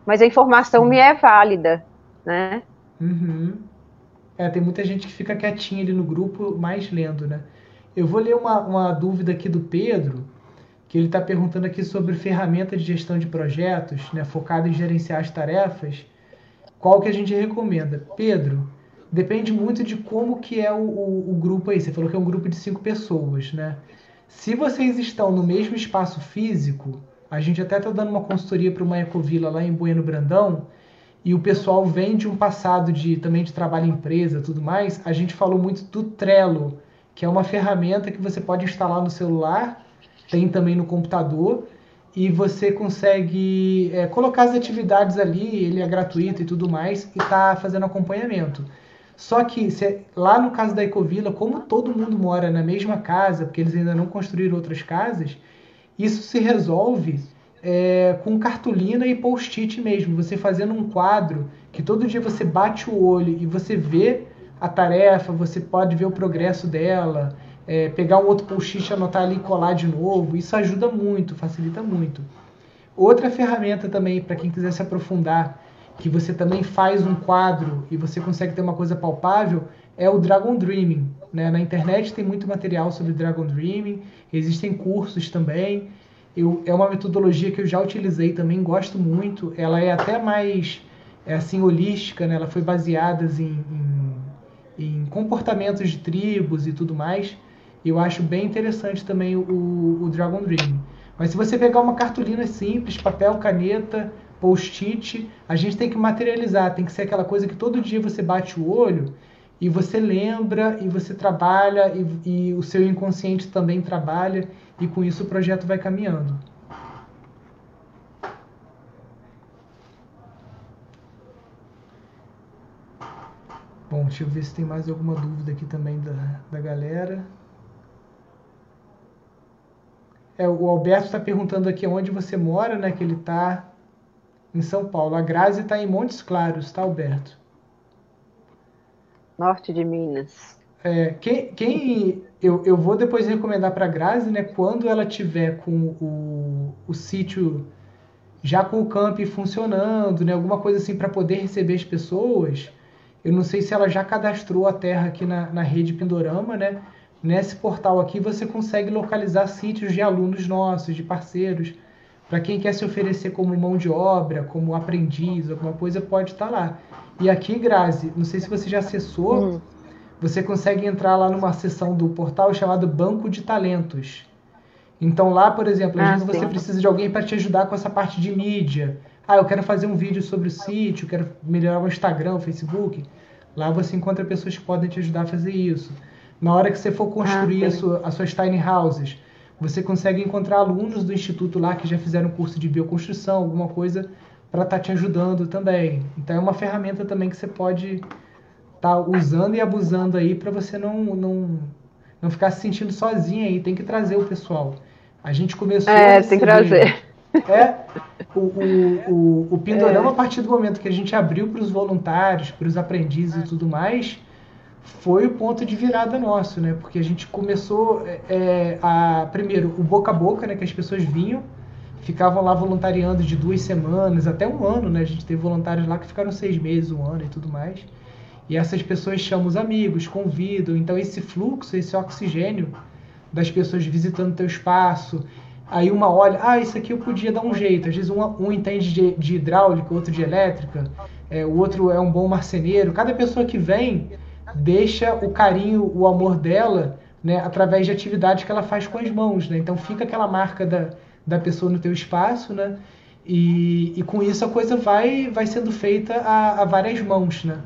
mas a informação me é válida, né? Uhum. É, tem muita gente que fica quietinha ali no grupo, mais lendo, né? Eu vou ler uma, uma dúvida aqui do Pedro, que ele está perguntando aqui sobre ferramenta de gestão de projetos, né, focada em gerenciar as tarefas. Qual que a gente recomenda? Pedro, depende muito de como que é o, o, o grupo aí. Você falou que é um grupo de cinco pessoas, né? Se vocês estão no mesmo espaço físico, a gente até está dando uma consultoria para uma Ecovila lá em Bueno Brandão, e o pessoal vem de um passado de também de trabalho em empresa, tudo mais. A gente falou muito do Trello, que é uma ferramenta que você pode instalar no celular, tem também no computador, e você consegue é, colocar as atividades ali, ele é gratuito e tudo mais, e tá fazendo acompanhamento. Só que se, lá no caso da Ecovila, como todo mundo mora na mesma casa, porque eles ainda não construíram outras casas, isso se resolve é, com cartolina e post-it mesmo. Você fazendo um quadro que todo dia você bate o olho e você vê a tarefa, você pode ver o progresso dela, é, pegar um outro post-it, anotar ali e colar de novo. Isso ajuda muito, facilita muito. Outra ferramenta também, para quem quiser se aprofundar, que você também faz um quadro e você consegue ter uma coisa palpável, é o Dragon Dreaming. Né? Na internet tem muito material sobre Dragon Dreaming, existem cursos também. Eu, é uma metodologia que eu já utilizei também, gosto muito. Ela é até mais é assim, holística, né? Ela foi baseada em, em, em comportamentos de tribos e tudo mais. Eu acho bem interessante também o, o Dragon Dreaming. Mas se você pegar uma cartolina simples, papel, caneta, post-it, a gente tem que materializar, tem que ser aquela coisa que todo dia você bate o olho e você lembra, e você trabalha, e, e o seu inconsciente também trabalha, e com isso o projeto vai caminhando. Bom, deixa eu ver se tem mais alguma dúvida aqui também da, da galera. É, o Alberto está perguntando aqui onde você mora, né? Que ele está em São Paulo. A Grazi está em Montes Claros, tá, Alberto? Norte de Minas. É, quem, quem eu, eu vou depois recomendar para a Grazi, né? Quando ela tiver com o, o sítio já com o camp funcionando, né? Alguma coisa assim para poder receber as pessoas. Eu não sei se ela já cadastrou a terra aqui na, na rede Pindorama, né? Nesse portal aqui você consegue localizar sítios de alunos nossos, de parceiros. Para quem quer se oferecer como mão de obra, como aprendiz, alguma coisa, pode estar lá. E aqui, Grazi, não sei se você já acessou, hum. você consegue entrar lá numa seção do portal chamada Banco de Talentos. Então lá, por exemplo, às ah, vezes sim. você precisa de alguém para te ajudar com essa parte de mídia. Ah, eu quero fazer um vídeo sobre o sítio, quero melhorar o Instagram, o Facebook. Lá você encontra pessoas que podem te ajudar a fazer isso. Na hora que você for construir ah, a sua, as suas tiny houses, você consegue encontrar alunos do instituto lá que já fizeram curso de bioconstrução, alguma coisa para estar tá te ajudando também. Então é uma ferramenta também que você pode estar tá usando e abusando aí para você não, não, não ficar se sentindo sozinho aí. Tem que trazer o pessoal. A gente começou é, a receber... tem que trazer. É, o, o, o, o Pindorama, é. a partir do momento que a gente abriu para os voluntários, para os aprendizes e tudo mais, foi o ponto de virada nosso, né? Porque a gente começou é, a, primeiro, o boca a boca, né? Que as pessoas vinham, ficavam lá voluntariando de duas semanas, até um ano, né? A gente teve voluntários lá que ficaram seis meses, um ano e tudo mais. E essas pessoas chamam os amigos, convidam. Então esse fluxo, esse oxigênio das pessoas visitando o teu espaço. Aí uma olha, ah, isso aqui eu podia dar um jeito. Às vezes um, um entende de, de hidráulica, outro de elétrica, é, o outro é um bom marceneiro. Cada pessoa que vem deixa o carinho, o amor dela, né, através de atividades que ela faz com as mãos, né? Então fica aquela marca da, da pessoa no teu espaço, né? E, e com isso a coisa vai, vai sendo feita a, a várias mãos, né?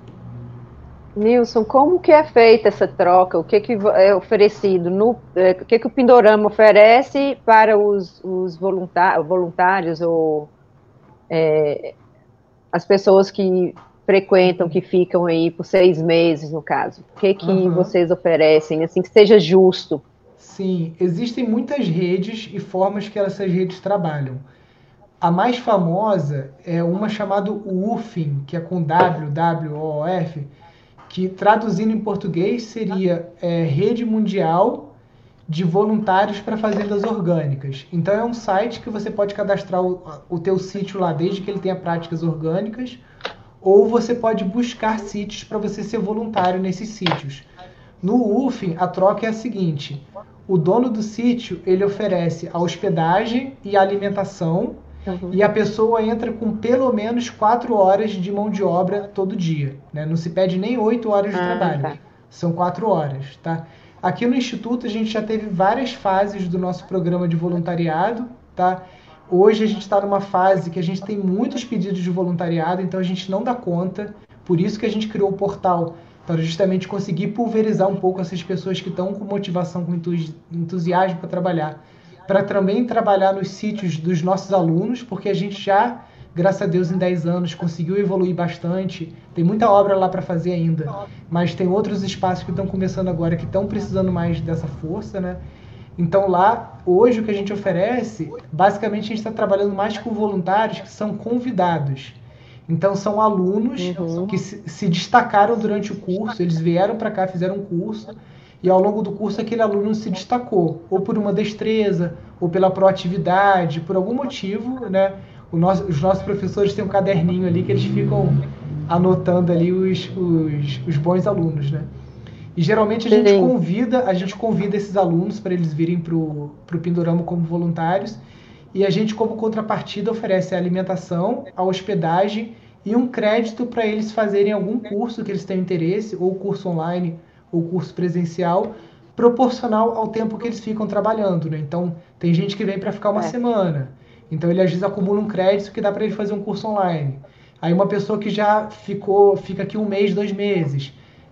Nilson, como que é feita essa troca? O que, que é oferecido? No, é, o que, que o Pindorama oferece para os, os voluntários ou é, as pessoas que frequentam, que ficam aí por seis meses, no caso? O que, que uhum. vocês oferecem, assim, que seja justo? Sim, existem muitas redes e formas que essas redes trabalham. A mais famosa é uma chamada U F I M, que é com W, W O F, que traduzindo em português seria é, Rede Mundial de voluntários para fazendas orgânicas. Então é um site que você pode cadastrar o, o teu sítio lá, desde que ele tenha práticas orgânicas, ou você pode buscar sítios para você ser voluntário nesses sítios. No U F, a troca é a seguinte: o dono do sítio, ele oferece a hospedagem e a alimentação, uhum. e a pessoa entra com pelo menos quatro horas de mão de obra todo dia, né? Não se pede nem oito horas de ah, trabalho, tá. São quatro horas, tá? Aqui no Instituto a gente já teve várias fases do nosso programa de voluntariado, tá? Hoje a gente está numa fase que a gente tem muitos pedidos de voluntariado, então a gente não dá conta, por isso que a gente criou o portal, para justamente conseguir pulverizar um pouco essas pessoas que estão com motivação, com entusiasmo para trabalhar, para também trabalhar nos sítios dos nossos alunos, porque a gente já, graças a Deus, em dez anos conseguiu evoluir bastante, tem muita obra lá para fazer ainda, mas tem outros espaços que estão começando agora que estão precisando mais dessa força, né? Então lá, hoje o que a gente oferece, basicamente a gente está trabalhando mais com voluntários que são convidados. Então são alunos uhum. que se, se destacaram durante o curso, eles vieram para cá, fizeram um curso, e ao longo do curso aquele aluno se destacou, ou por uma destreza, ou pela proatividade, por algum motivo, né? O nosso, os nossos professores têm um caderninho ali que eles ficam anotando ali os, os, os bons alunos, né? E geralmente a gente Sim. convida, a gente convida esses alunos para eles virem para o Pindorama como voluntários, e a gente, como contrapartida, oferece a alimentação, a hospedagem e um crédito para eles fazerem algum curso que eles tenham interesse, ou curso online, ou curso presencial, proporcional ao tempo que eles ficam trabalhando, né? Então, tem gente que vem para ficar uma é. semana, então ele às vezes acumula um crédito que dá para ele fazer um curso online. Aí uma pessoa que já ficou, fica aqui um mês, dois meses,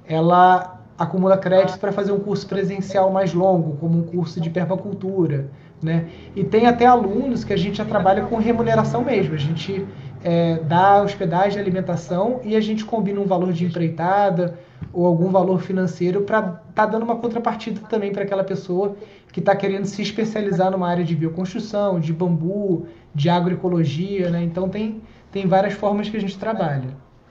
ela acumula créditos para fazer um curso presencial mais longo, como um curso de permacultura, né? E tem até alunos que a gente já trabalha com remuneração mesmo. A gente é, dá hospedagem, alimentação e a gente combina um valor de empreitada ou algum valor financeiro para estar tá dando uma contrapartida também para aquela pessoa que está querendo se especializar numa área de bioconstrução, de bambu, de agroecologia, né? Então tem, tem várias formas que a gente trabalha.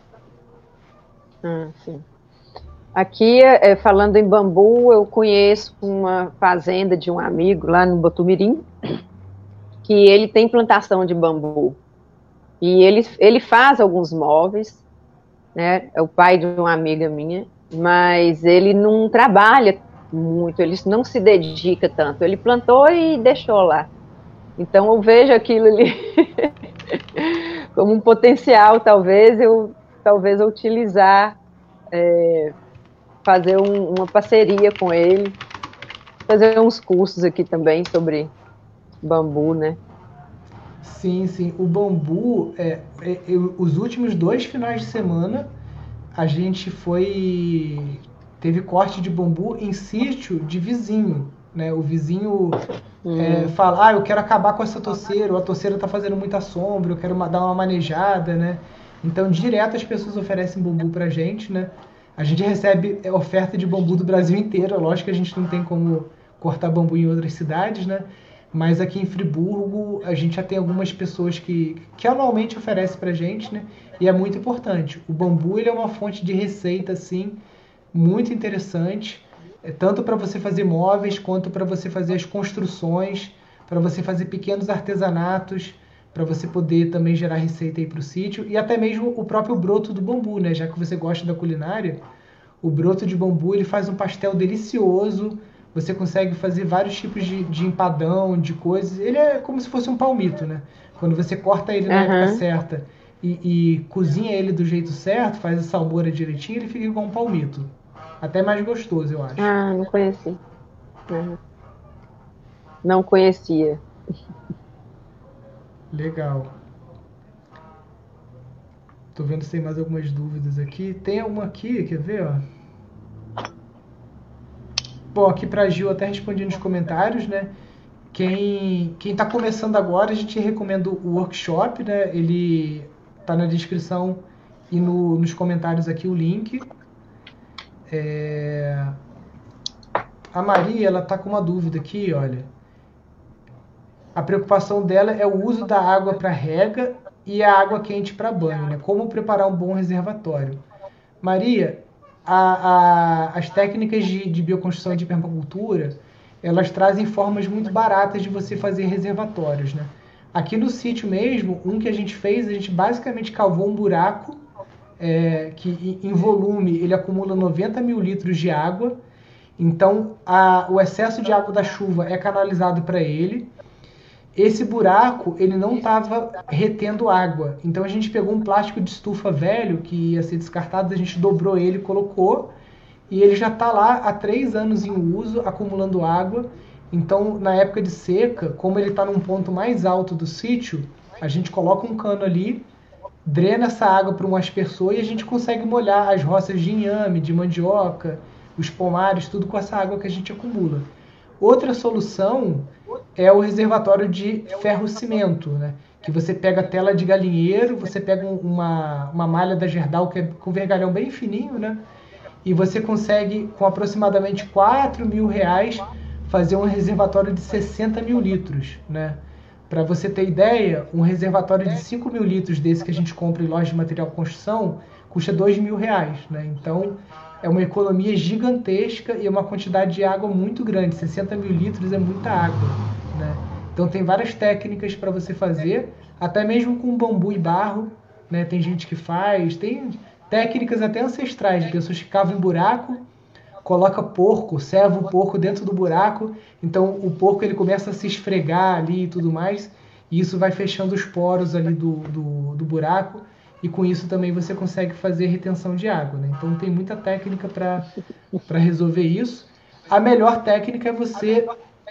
Ah, sim. Aqui, é, falando em bambu, eu conheço uma fazenda de um amigo lá no Botumirim, que ele tem plantação de bambu. E ele, ele faz alguns móveis, né? É o pai de uma amiga minha, mas ele não trabalha muito, ele não se dedica tanto. Ele plantou e deixou lá. Então eu vejo aquilo ali como um potencial, talvez, eu, talvez eu utilizar... É, fazer um, uma parceria com ele, fazer uns cursos aqui também sobre bambu, né? Sim, sim. O bambu, é, é, eu, os últimos dois finais de semana, a gente foi... teve corte de bambu em sítio de vizinho, né? O vizinho hum. é, fala, ah, eu quero acabar com essa toceira, ou a toceira tá fazendo muita sombra, eu quero uma, dar uma manejada, né? Então, direto as pessoas oferecem bambu pra gente, né? A gente recebe oferta de bambu do Brasil inteiro. Lógico que a gente não tem como cortar bambu em outras cidades, né? Mas aqui em Friburgo, a gente já tem algumas pessoas que, que anualmente oferecem pra gente, né? E é muito importante. O bambu, ele é uma fonte de receita, assim, muito interessante. É tanto para você fazer móveis, quanto para você fazer as construções, para você fazer pequenos artesanatos, para você poder também gerar receita aí para o sítio, e até mesmo o próprio broto do bambu, né? Já que você gosta da culinária, o broto de bambu, ele faz um pastel delicioso, você consegue fazer vários tipos de, de empadão, de coisas, ele é como se fosse um palmito, né? Quando você corta ele na uhum. época certa e, e cozinha ele do jeito certo, faz a salmoura direitinho, ele fica igual um palmito. Até mais gostoso, eu acho. Ah, não conheci. Uhum. Não conhecia. Legal. Tô vendo se tem mais algumas dúvidas aqui. Tem uma aqui, quer ver, ó? Bom, aqui pra Gil até respondi nos comentários, né? Quem, quem tá começando agora, a gente recomenda o workshop, né? Ele tá na descrição e no, nos comentários aqui o link. É... A Maria, ela tá com uma dúvida aqui, olha. A preocupação dela é o uso da água para rega e a água quente para banho, né? Como preparar um bom reservatório. Maria, a, a, as técnicas de, de bioconstrução e de permacultura, elas trazem formas muito baratas de você fazer reservatórios, né? Aqui no sítio mesmo, um que a gente fez, a gente basicamente cavou um buraco, é, que em volume ele acumula noventa mil litros de água. Então a, o excesso de água da chuva é canalizado para ele. Esse buraco ele não estava retendo água. Então a gente pegou um plástico de estufa velho que ia ser descartado, a gente dobrou ele e colocou. E ele já está lá há três anos em uso, acumulando água. Então, na época de seca, como ele está num ponto mais alto do sítio, a gente coloca um cano ali, drena essa água para um aspersor e a gente consegue molhar as roças de inhame, de mandioca, os pomares, tudo com essa água que a gente acumula. Outra solução é o reservatório de ferro-cimento, né? Que você pega tela de galinheiro, você pega uma, uma malha da Gerdau que é com vergalhão bem fininho, né? E você consegue, com aproximadamente quatro mil reais, fazer um reservatório de sessenta mil litros, né? Para você ter ideia, um reservatório de cinco mil litros desse que a gente compra em loja de material de construção custa dois mil reais, né? Então, é uma economia gigantesca e é uma quantidade de água muito grande. sessenta mil litros é muita água, né? Então, tem várias técnicas para você fazer, até mesmo com bambu e barro, né? Tem gente que faz, tem técnicas até ancestrais, de pessoas que cavam em buraco, coloca porco, serva o porco dentro do buraco, então o porco ele começa a se esfregar ali e tudo mais, e isso vai fechando os poros ali do, do, do buraco, e com isso também você consegue fazer retenção de água, né? Então tem muita técnica para resolver isso. A melhor técnica é você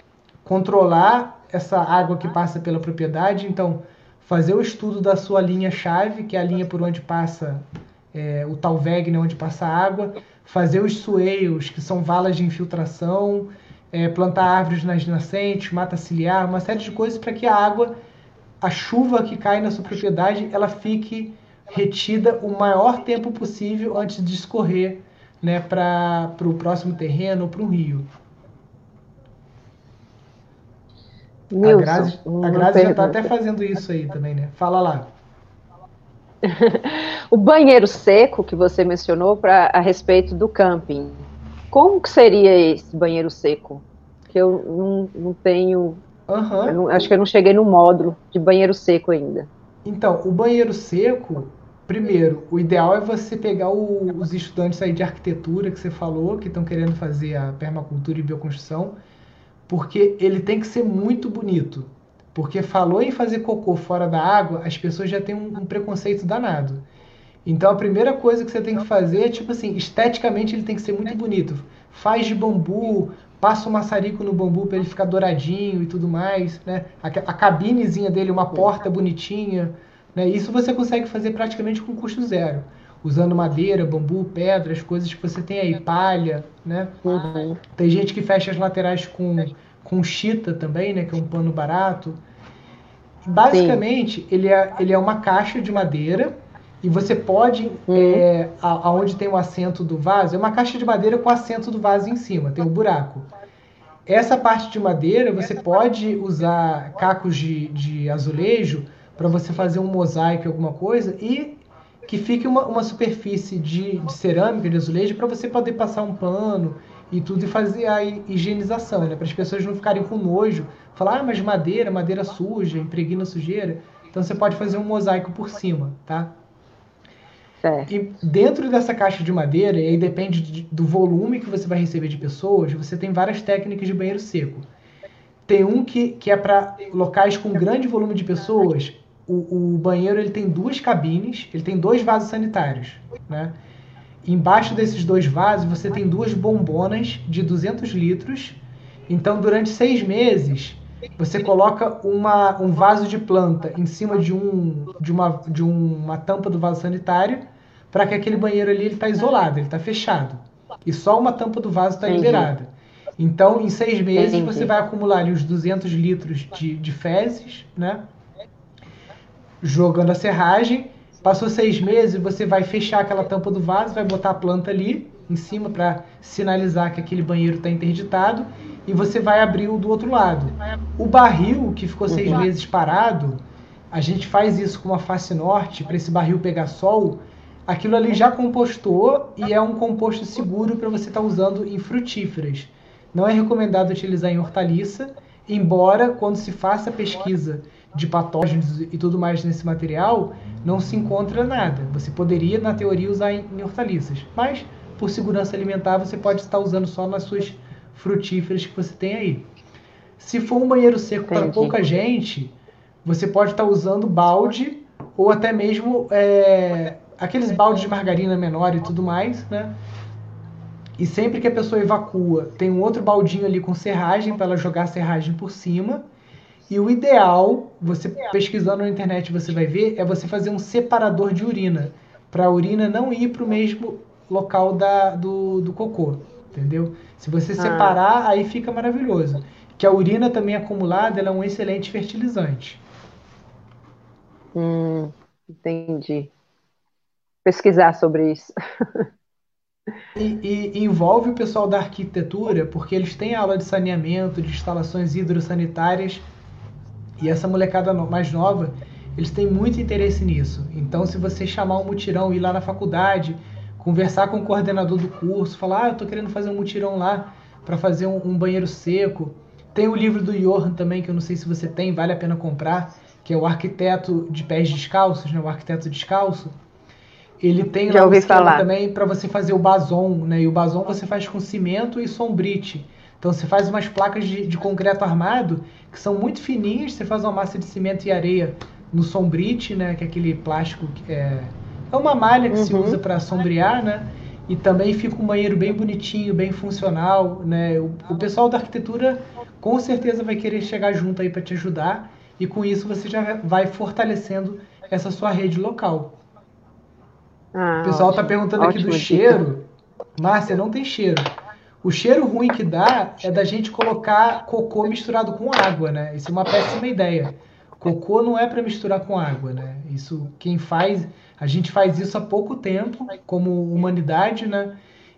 controlar essa água que passa pela propriedade, então fazer o estudo da sua linha-chave, que é a linha por onde passa é, o talveg, né, onde passa a água, fazer os swales, que são valas de infiltração, é, plantar árvores nas nascentes, mata ciliar, uma série de coisas para que a água, a chuva que cai na sua propriedade, ela fique retida o maior tempo possível antes de escorrer, né, para o próximo terreno ou para um rio. Nilson, a Grazi, a Grazi já está até fazendo isso aí também, né? Fala lá. O banheiro seco que você mencionou pra, a respeito do camping, como que seria esse banheiro seco? Que eu não, não tenho, uhum. eu não, acho que eu não cheguei no módulo de banheiro seco ainda. Então, o banheiro seco, primeiro, o ideal é você pegar o, os estudantes aí de arquitetura que você falou, que estão querendo fazer a permacultura e bioconstrução, porque ele tem que ser muito bonito. Porque falou em fazer cocô fora da água, as pessoas já têm um, um preconceito danado. Então a primeira coisa que você tem que fazer é, tipo assim, esteticamente ele tem que ser muito bonito. Faz de bambu, passa um maçarico no bambu para ele ficar douradinho e tudo mais, né? A, a cabinezinha dele, uma porta bonitinha, né? Isso você consegue fazer praticamente com custo zero. Usando madeira, bambu, pedras, coisas que você tem aí, palha, né? Uhum. Tem gente que fecha as laterais com... com chita também, né, que é um pano barato. Basicamente, ele é, ele é uma caixa de madeira e você pode, hum. é, a, aonde tem o assento do vaso, é uma caixa de madeira com o assento do vaso em cima, tem um buraco. Essa parte de madeira, você pode usar cacos de, de azulejo para você fazer um mosaico, alguma coisa, e que fique uma, uma superfície de, de cerâmica, de azulejo, para você poder passar um pano e tudo, e fazer a higienização, né? Para as pessoas não ficarem com nojo, falar, ah, mas madeira, madeira suja, impregna sujeira. Então você pode fazer um mosaico por cima, tá? É. E dentro dessa caixa de madeira, e aí depende de, do volume que você vai receber de pessoas, você tem várias técnicas de banheiro seco. Tem um que, que é para locais com grande volume de pessoas. O, o banheiro ele tem duas cabines, ele tem dois vasos sanitários, né? Embaixo desses dois vasos, você tem duas bombonas de duzentos litros. Então, durante seis meses, você coloca uma, um vaso de planta em cima de, um, de, uma, de uma tampa do vaso sanitário, para que aquele banheiro ali está isolado, ele está fechado. E só uma tampa do vaso está liberada. Então, em seis meses, Entendi. Você vai acumular ali os duzentos litros de, de fezes, né? Jogando a serragem. Passou seis meses, você vai fechar aquela tampa do vaso, vai botar a planta ali em cima para sinalizar que aquele banheiro está interditado, e você vai abrir o do outro lado. O barril, que ficou seis uhum. meses parado, a gente faz isso com uma face norte, para esse barril pegar sol, aquilo ali já compostou e é um composto seguro para você estar tá usando em frutíferas. não é recomendado utilizar em hortaliça, embora quando se faça pesquisa de patógenos e tudo mais nesse material, não se encontra nada. Você poderia, na teoria, usar em, em hortaliças, mas por segurança alimentar você pode estar usando só nas suas frutíferas que você tem aí. Se for um banheiro seco para pouca gente, você pode estar usando balde ou até mesmo é, aqueles baldes de margarina menor e tudo mais, né? E sempre que a pessoa evacua, tem um outro baldinho ali com serragem para ela jogar a serragem por cima. E o ideal, você pesquisando na internet você vai ver, é você fazer um separador de urina, para a urina não ir para o mesmo local da, do, do cocô, entendeu? Se você separar, ah. aí fica maravilhoso. Que a urina também acumulada, ela é um excelente fertilizante. Hum, entendi. Pesquisar sobre isso. E, e envolve o pessoal da arquitetura, porque eles têm aula de saneamento, de instalações hidrossanitárias, e essa molecada mais nova, eles têm muito interesse nisso. Então, se você chamar um mutirão, ir lá na faculdade, conversar com o coordenador do curso, falar, ah, eu tô querendo fazer um mutirão lá para fazer um, um banheiro seco. Tem o livro do Johan também, que eu não sei se você tem, vale a pena comprar, que é o Arquiteto de Pés Descalços, né? O Arquiteto Descalço. Ele tem Já lá um ouvi esquema falar. também para você fazer o bason, né? E o bason você faz com cimento e sombrite. Então você faz umas placas de, de concreto armado que são muito fininhas, você faz uma massa de cimento e areia no sombrite, né? Que é aquele plástico que é, é uma malha que uhum. se usa para sombrear, né? E também fica um banheiro bem bonitinho, bem funcional, né? O, o pessoal da arquitetura com certeza vai querer chegar junto aí para te ajudar, e com isso você já vai fortalecendo essa sua rede local. Ah, o pessoal ótimo, está perguntando aqui do dica. cheiro. Márcia, não tem cheiro. O cheiro ruim que dá é da gente colocar cocô misturado com água, né? Isso é uma péssima ideia. Cocô não é para misturar com água, né? Isso quem faz, a gente faz isso há pouco tempo como humanidade, né?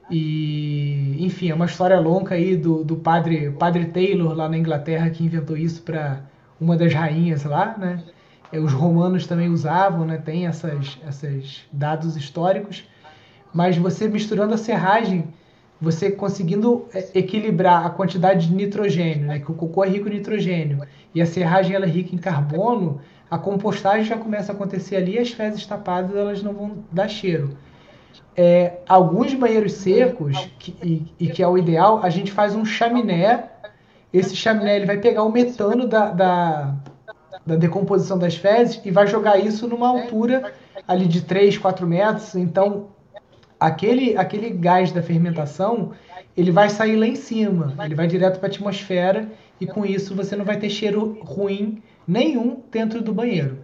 E, enfim, é uma história longa aí do, do padre, padre Taylor lá na Inglaterra que inventou isso para uma das rainhas lá, né? Os romanos também usavam, né? Tem essas, esses dados históricos. Mas você misturando a serragem, você conseguindo equilibrar a quantidade de nitrogênio, né? Que o cocô é rico em nitrogênio e a serragem ela é rica em carbono, a compostagem já começa a acontecer ali e as fezes tapadas elas não vão dar cheiro. É, alguns banheiros secos, que, e, e que é o ideal, a gente faz um chaminé. Esse chaminé ele vai pegar o metano da, da, da decomposição das fezes e vai jogar isso numa altura ali de três, quatro metros. Então, aquele, aquele gás da fermentação, ele vai sair lá em cima, ele vai direto para a atmosfera e com isso você não vai ter cheiro ruim nenhum dentro do banheiro.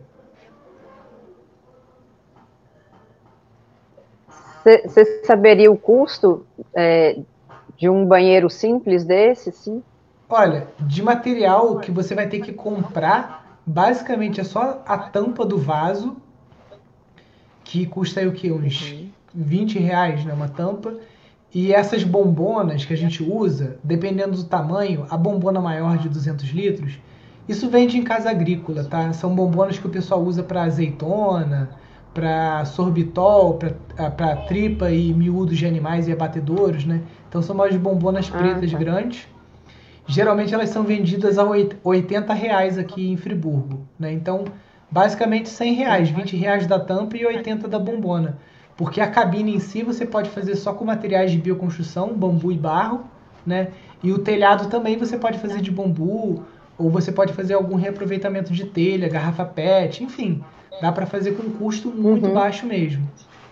Você saberia o custo é, de um banheiro simples desse, sim? Olha, de material que você vai ter que comprar, basicamente é só a tampa do vaso, que custa aí o quê? Uns vinte reais, né? Uma tampa. E essas bombonas que a gente usa, dependendo do tamanho, a bombona maior de duzentos litros, isso vende em casa agrícola, tá? São bombonas que o pessoal usa para azeitona, para sorbitol, para tripa e miúdos de animais e abatedouros, né? Então são umas bombonas pretas ah, tá. grandes. Geralmente elas são vendidas a oitenta reais aqui em Friburgo, né? Então, basicamente cem reais, vinte reais da tampa e oitenta da bombona. Porque a cabine em si você pode fazer só com materiais de bioconstrução, bambu e barro, né? E o telhado também você pode fazer de bambu, ou você pode fazer algum reaproveitamento de telha, garrafa pet, enfim. Dá para fazer com um custo muito uhum. baixo mesmo.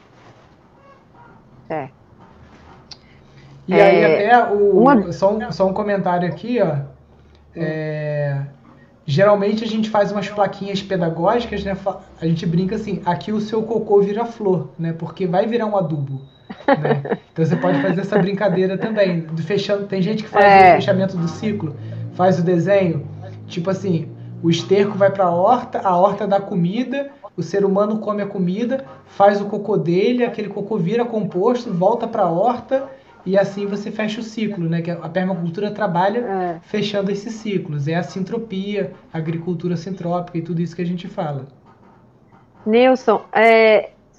É. E é, aí até o, uma... só, um, só um comentário aqui, ó. É, geralmente a gente faz umas plaquinhas pedagógicas, né? A gente brinca assim, aqui o seu cocô vira flor, né? Porque vai virar um adubo. Né? Então você pode fazer essa brincadeira também. Do fechando, tem gente que faz é. o fechamento do ciclo, faz o desenho, tipo assim, o esterco vai para a horta, a horta dá comida, o ser humano come a comida, faz o cocô dele, aquele cocô vira composto, volta para a horta, e assim você fecha o ciclo, né? Que a permacultura trabalha é. fechando esses ciclos. É a sintropia, a agricultura sintrópica e tudo isso que a gente fala. Nilson, é,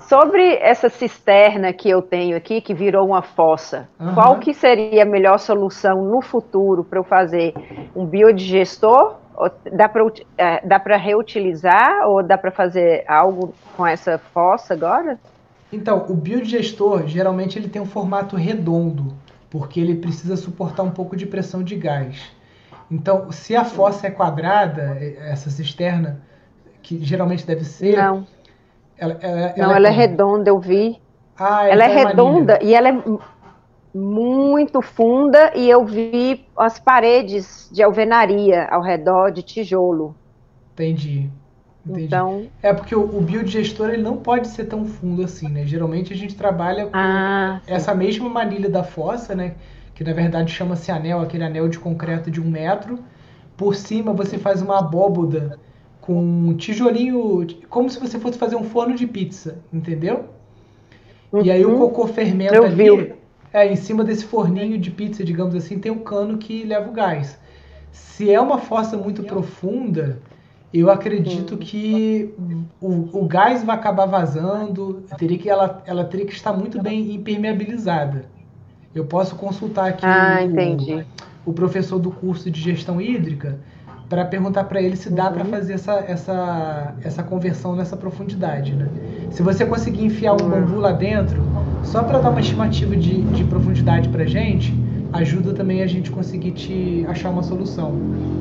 Sobre essa cisterna que eu tenho aqui, que virou uma fossa, Uhum. qual que seria a melhor solução no futuro para eu fazer um biodigestor? Ou dá para é, dá para reutilizar ou dá para fazer algo com essa fossa agora? Então, o biodigestor, geralmente, ele tem um formato redondo, porque ele precisa suportar um pouco de pressão de gás. Então, se a fossa é quadrada, essa cisterna, que geralmente deve ser... Não, ela, ela, ela não, é ela é como? redonda, eu vi. Ah, Ela é então é redonda manilha. e ela é muito funda e eu vi as paredes de alvenaria ao redor de tijolo. Entendi. Entendi. Então, É porque o, o biodigestor ele não pode ser tão fundo assim, né? Geralmente a gente trabalha com ah, essa mesma manilha da fossa, né? Que na verdade chama-se anel, aquele anel de concreto de um metro. Por cima você faz uma abóboda com um tijolinho, como se você fosse fazer um forno de pizza, entendeu? E aí o uhum, cocô fermenta eu ali, vi. é, em cima desse forninho de pizza, digamos assim, tem um cano que leva o gás. Se é uma fossa muito profunda, eu acredito que o, o gás vai acabar vazando, teria que, ela, ela teria que estar muito bem impermeabilizada. Eu posso consultar aqui o, Ah, o, entendi. o professor do curso de gestão hídrica para perguntar para ele se dá para Uhum. fazer essa, essa, essa conversão nessa profundidade, né? Se você conseguir enfiar um bambu lá dentro, só para dar uma estimativa de, de profundidade para gente, ajuda também a gente conseguir te achar uma solução.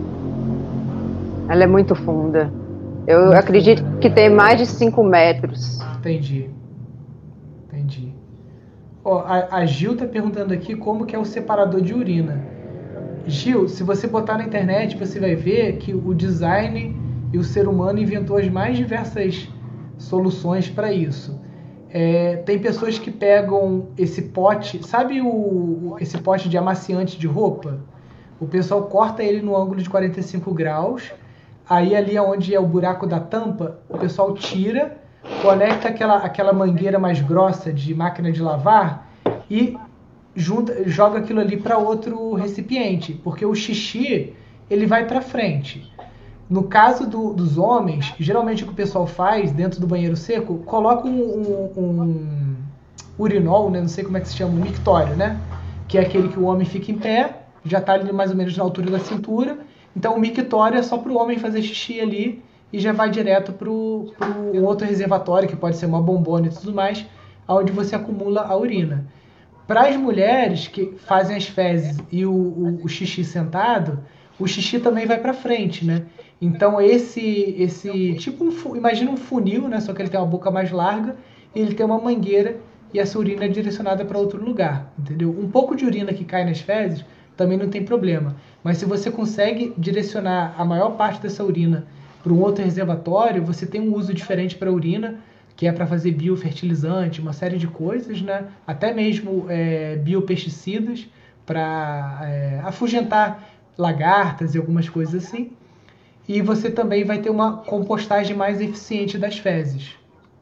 Ela é muito funda. Eu Muito acredito funda, né? que tem mais de cinco metros. Entendi. Entendi. Ó, a, a Gil tá perguntando aqui como que é o separador de urina. Gil, se você botar na internet, você vai ver que o design e o ser humano inventou as mais diversas soluções para isso. É, tem pessoas que pegam esse pote, sabe o, esse pote de amaciante de roupa? O pessoal corta ele no ângulo de quarenta e cinco graus, aí ali onde é o buraco da tampa, o pessoal tira, conecta aquela, aquela mangueira mais grossa de máquina de lavar e junta, joga aquilo ali para outro recipiente, porque o xixi ele vai para frente. No caso do, dos homens, geralmente o que o pessoal faz dentro do banheiro seco, coloca um, um, um urinol, né? Não sei como é que se chama, um mictório, né? Que é aquele que o homem fica em pé, já está ali mais ou menos na altura da cintura. Então o mictório é só para o homem fazer xixi ali e já vai direto para um outro reservatório, que pode ser uma bombona e tudo mais, onde você acumula a urina. Para as mulheres que fazem as fezes e o, o, o xixi sentado, o xixi também vai para frente, né? Então esse, esse tipo, um, imagina um funil, né? Só que ele tem uma boca mais larga e ele tem uma mangueira e essa urina é direcionada para outro lugar, entendeu? Um pouco de urina que cai nas fezes também não tem problema, mas se você consegue direcionar a maior parte dessa urina para um outro reservatório, você tem um uso diferente para a urina, que é para fazer biofertilizante, uma série de coisas, né? Até mesmo é, biopesticidas para é, afugentar lagartas e algumas coisas assim. E você também vai ter uma compostagem mais eficiente das fezes.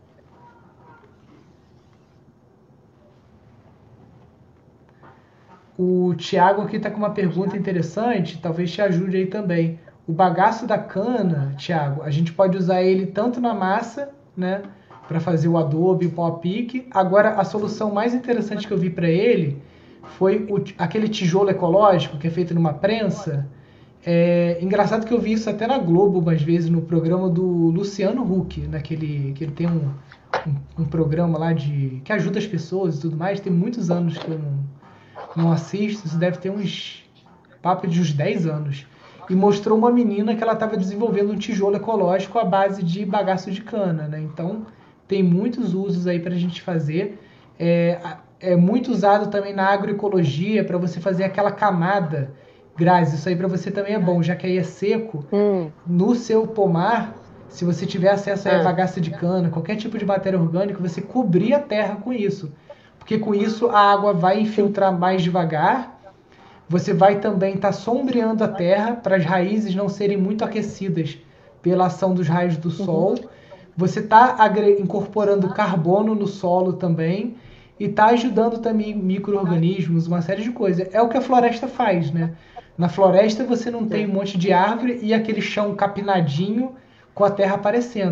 O Tiago aqui está com uma pergunta interessante, talvez te ajude aí também. O bagaço da cana, Tiago, a gente pode usar ele tanto na massa, né, para fazer o adobe, o pau a pique. Agora, a solução mais interessante que eu vi para ele foi o, aquele tijolo ecológico que é feito numa prensa. É engraçado que eu vi isso até na Globo, umas vezes, no programa do Luciano Huck, naquele, que ele tem um, um, um programa lá de que ajuda as pessoas e tudo mais. Tem muitos anos que eu não, não assisto, isso deve ter uns papo de uns dez anos. E mostrou uma menina que ela estava desenvolvendo um tijolo ecológico à base de bagaço de cana, né? Então, tem muitos usos aí para a gente fazer. É, é muito usado também na agroecologia para você fazer aquela camada. Grazi, isso aí para você também é bom, já que aí é seco. Hum. No seu pomar, se você tiver acesso a Ah. bagaça de cana, qualquer tipo de matéria orgânica, você cobrir a terra com isso. Porque com isso a água vai infiltrar mais devagar. Você vai também estar tá sombreando a terra para as raízes não serem muito aquecidas pela ação dos raios do sol. Uhum. Você está incorporando carbono no solo também e está ajudando também micro-organismos, uma série de coisas. É o que a floresta faz, né? Na floresta você não tem um monte de árvore e aquele chão capinadinho com a terra aparecendo.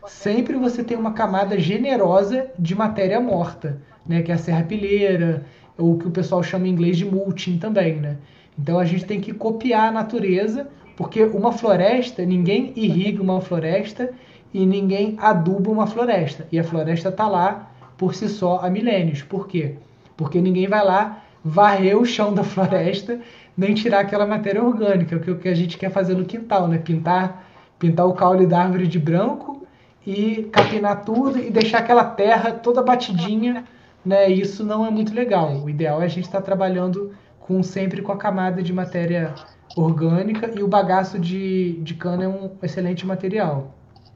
sempre você tem uma camada generosa de matéria morta, né? Que é a serrapilheira, ou o que o pessoal chama em inglês de mulching também, né? Então a gente tem que copiar a natureza, porque uma floresta, ninguém irriga uma floresta e ninguém aduba uma floresta. E a floresta está lá por si só há milênios. Por quê? Porque ninguém vai lá varrer o chão da floresta, nem tirar aquela matéria orgânica, que é o que a gente quer fazer no quintal, né? Pintar, pintar o caule da árvore de branco e capinar tudo e deixar aquela terra toda batidinha, né? Isso não é muito legal. O ideal é a gente estar trabalhando com, sempre com a camada de matéria orgânica, e o bagaço de, de cana é um excelente material.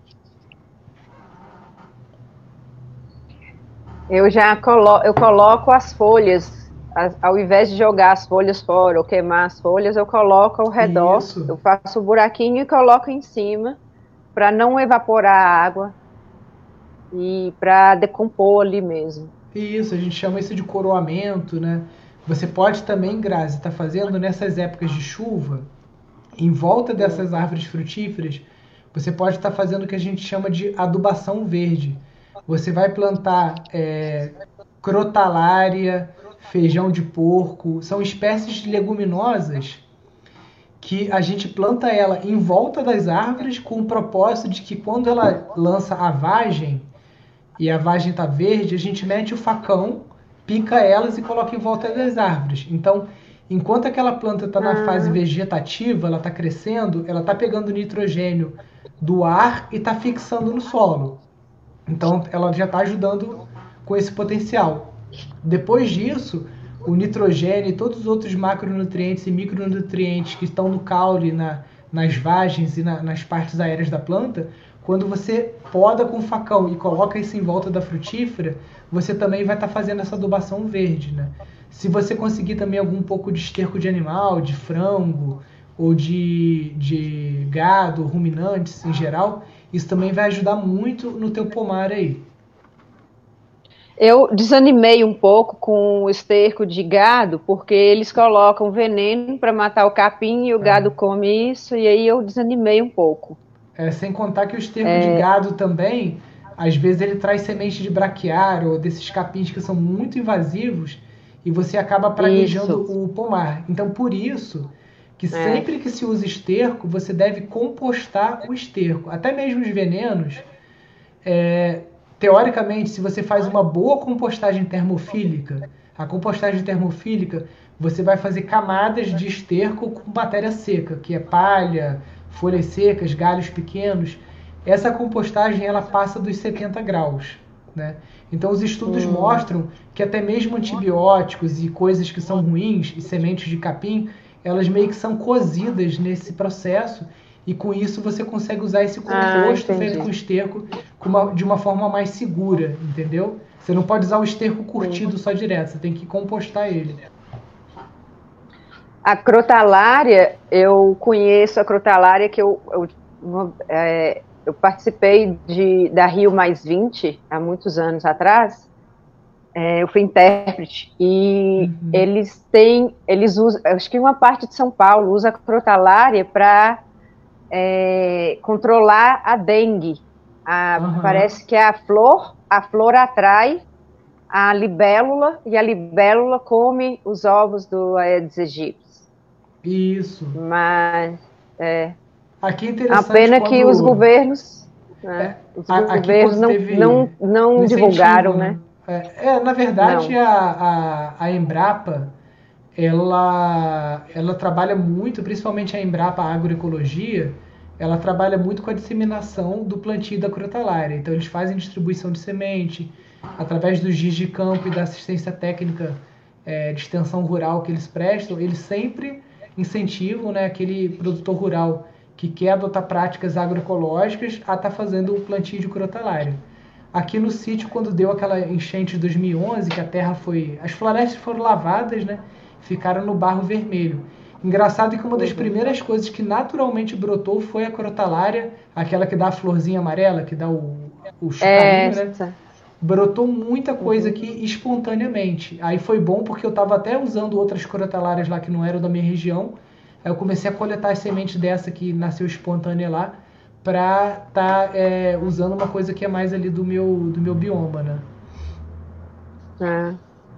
Eu já colo eu coloco as folhas, as, ao invés de jogar as folhas fora ou queimar as folhas, eu coloco ao redor, Isso. eu faço um buraquinho e coloco em cima, para não evaporar a água e para decompor ali mesmo. Isso, a gente chama isso de coroamento, né? Você pode também, Grazi, estar fazendo nessas épocas de chuva, em volta dessas árvores frutíferas, você pode estar fazendo o que a gente chama de adubação verde. Você vai plantar é, crotalária, feijão de porco, são espécies de leguminosas que a gente planta ela em volta das árvores com o propósito de que quando ela lança a vagem, e a vagem está verde, a gente mete o facão, pica elas e coloca em volta das árvores. Então, enquanto aquela planta está na fase vegetativa, ela está crescendo, ela está pegando nitrogênio do ar e está fixando no solo. Então, ela já está ajudando com esse potencial. Depois disso, o nitrogênio e todos os outros macronutrientes e micronutrientes que estão no caule, na, nas vagens e na, nas partes aéreas da planta, quando você poda com o facão e coloca isso em volta da frutífera, você também vai estar fazendo essa adubação verde, né? Se você conseguir também algum pouco de esterco de animal, de frango ou de, de gado, ruminantes em geral, isso também vai ajudar muito no teu pomar aí. Eu desanimei um pouco com o esterco de gado, porque eles colocam veneno para matar o capim e o é. gado come isso, e aí eu desanimei um pouco. É, sem contar que o esterco é... de gado também, às vezes ele traz semente de braquiária ou desses capins que são muito invasivos, e você acaba praguejando isso. o pomar. Então, por isso, que é. sempre que se usa esterco, você deve compostar o esterco. Até mesmo os venenos, é, teoricamente, se você faz uma boa compostagem termofílica, a compostagem termofílica, você vai fazer camadas de esterco com matéria seca, que é palha, folhas secas, galhos pequenos. Essa compostagem ela passa dos setenta graus, né? Então os estudos hum. mostram que até mesmo antibióticos e coisas que são ruins, e sementes de capim, elas meio que são cozidas nesse processo, e com isso você consegue usar esse composto ah, feito com esterco com uma, de uma forma mais segura, entendeu? Você não pode usar o esterco curtido só direto, você tem que compostar ele. A crotalária, eu conheço a crotalária que eu, eu, é, eu participei de, da Rio Mais vinte, há muitos anos atrás, é, eu fui intérprete, e uhum. eles têm, eles usam, acho que uma parte de São Paulo usa a crotalária para é, controlar a dengue. A, uhum. Parece que a flor, a flor atrai a libélula, e a libélula come os ovos do Aedes aegypti. Isso. Mas é aqui é interessante a pena quando... que os governos, né, é, os governos não, não, não divulgaram, né? É, é, na verdade, a, a, a Embrapa, ela, ela trabalha muito, principalmente a Embrapa Agroecologia, ela trabalha muito com a disseminação do plantio da crotalária. Então, eles fazem distribuição de semente, através dos dias de campo e da assistência técnica é, de extensão rural que eles prestam, eles sempre incentivam, né, aquele produtor rural que quer adotar práticas agroecológicas a estar fazendo o plantio de crotalária. Aqui no sítio, quando deu aquela enchente de dois mil e onze, que a terra foi... as florestas foram lavadas, né, ficaram no barro vermelho. Engraçado que uma das primeiras coisas que naturalmente brotou foi a crotalária, aquela que dá a florzinha amarela, que dá o, o chucarinho, é, né? Brotou muita coisa aqui espontaneamente. Aí foi bom porque eu estava até usando outras crotalárias lá que não eram da minha região. Aí eu comecei a coletar as sementes dessa que nasceu espontânea lá, para estar tá, é, usando uma coisa que é mais ali do meu, do meu bioma, né? É.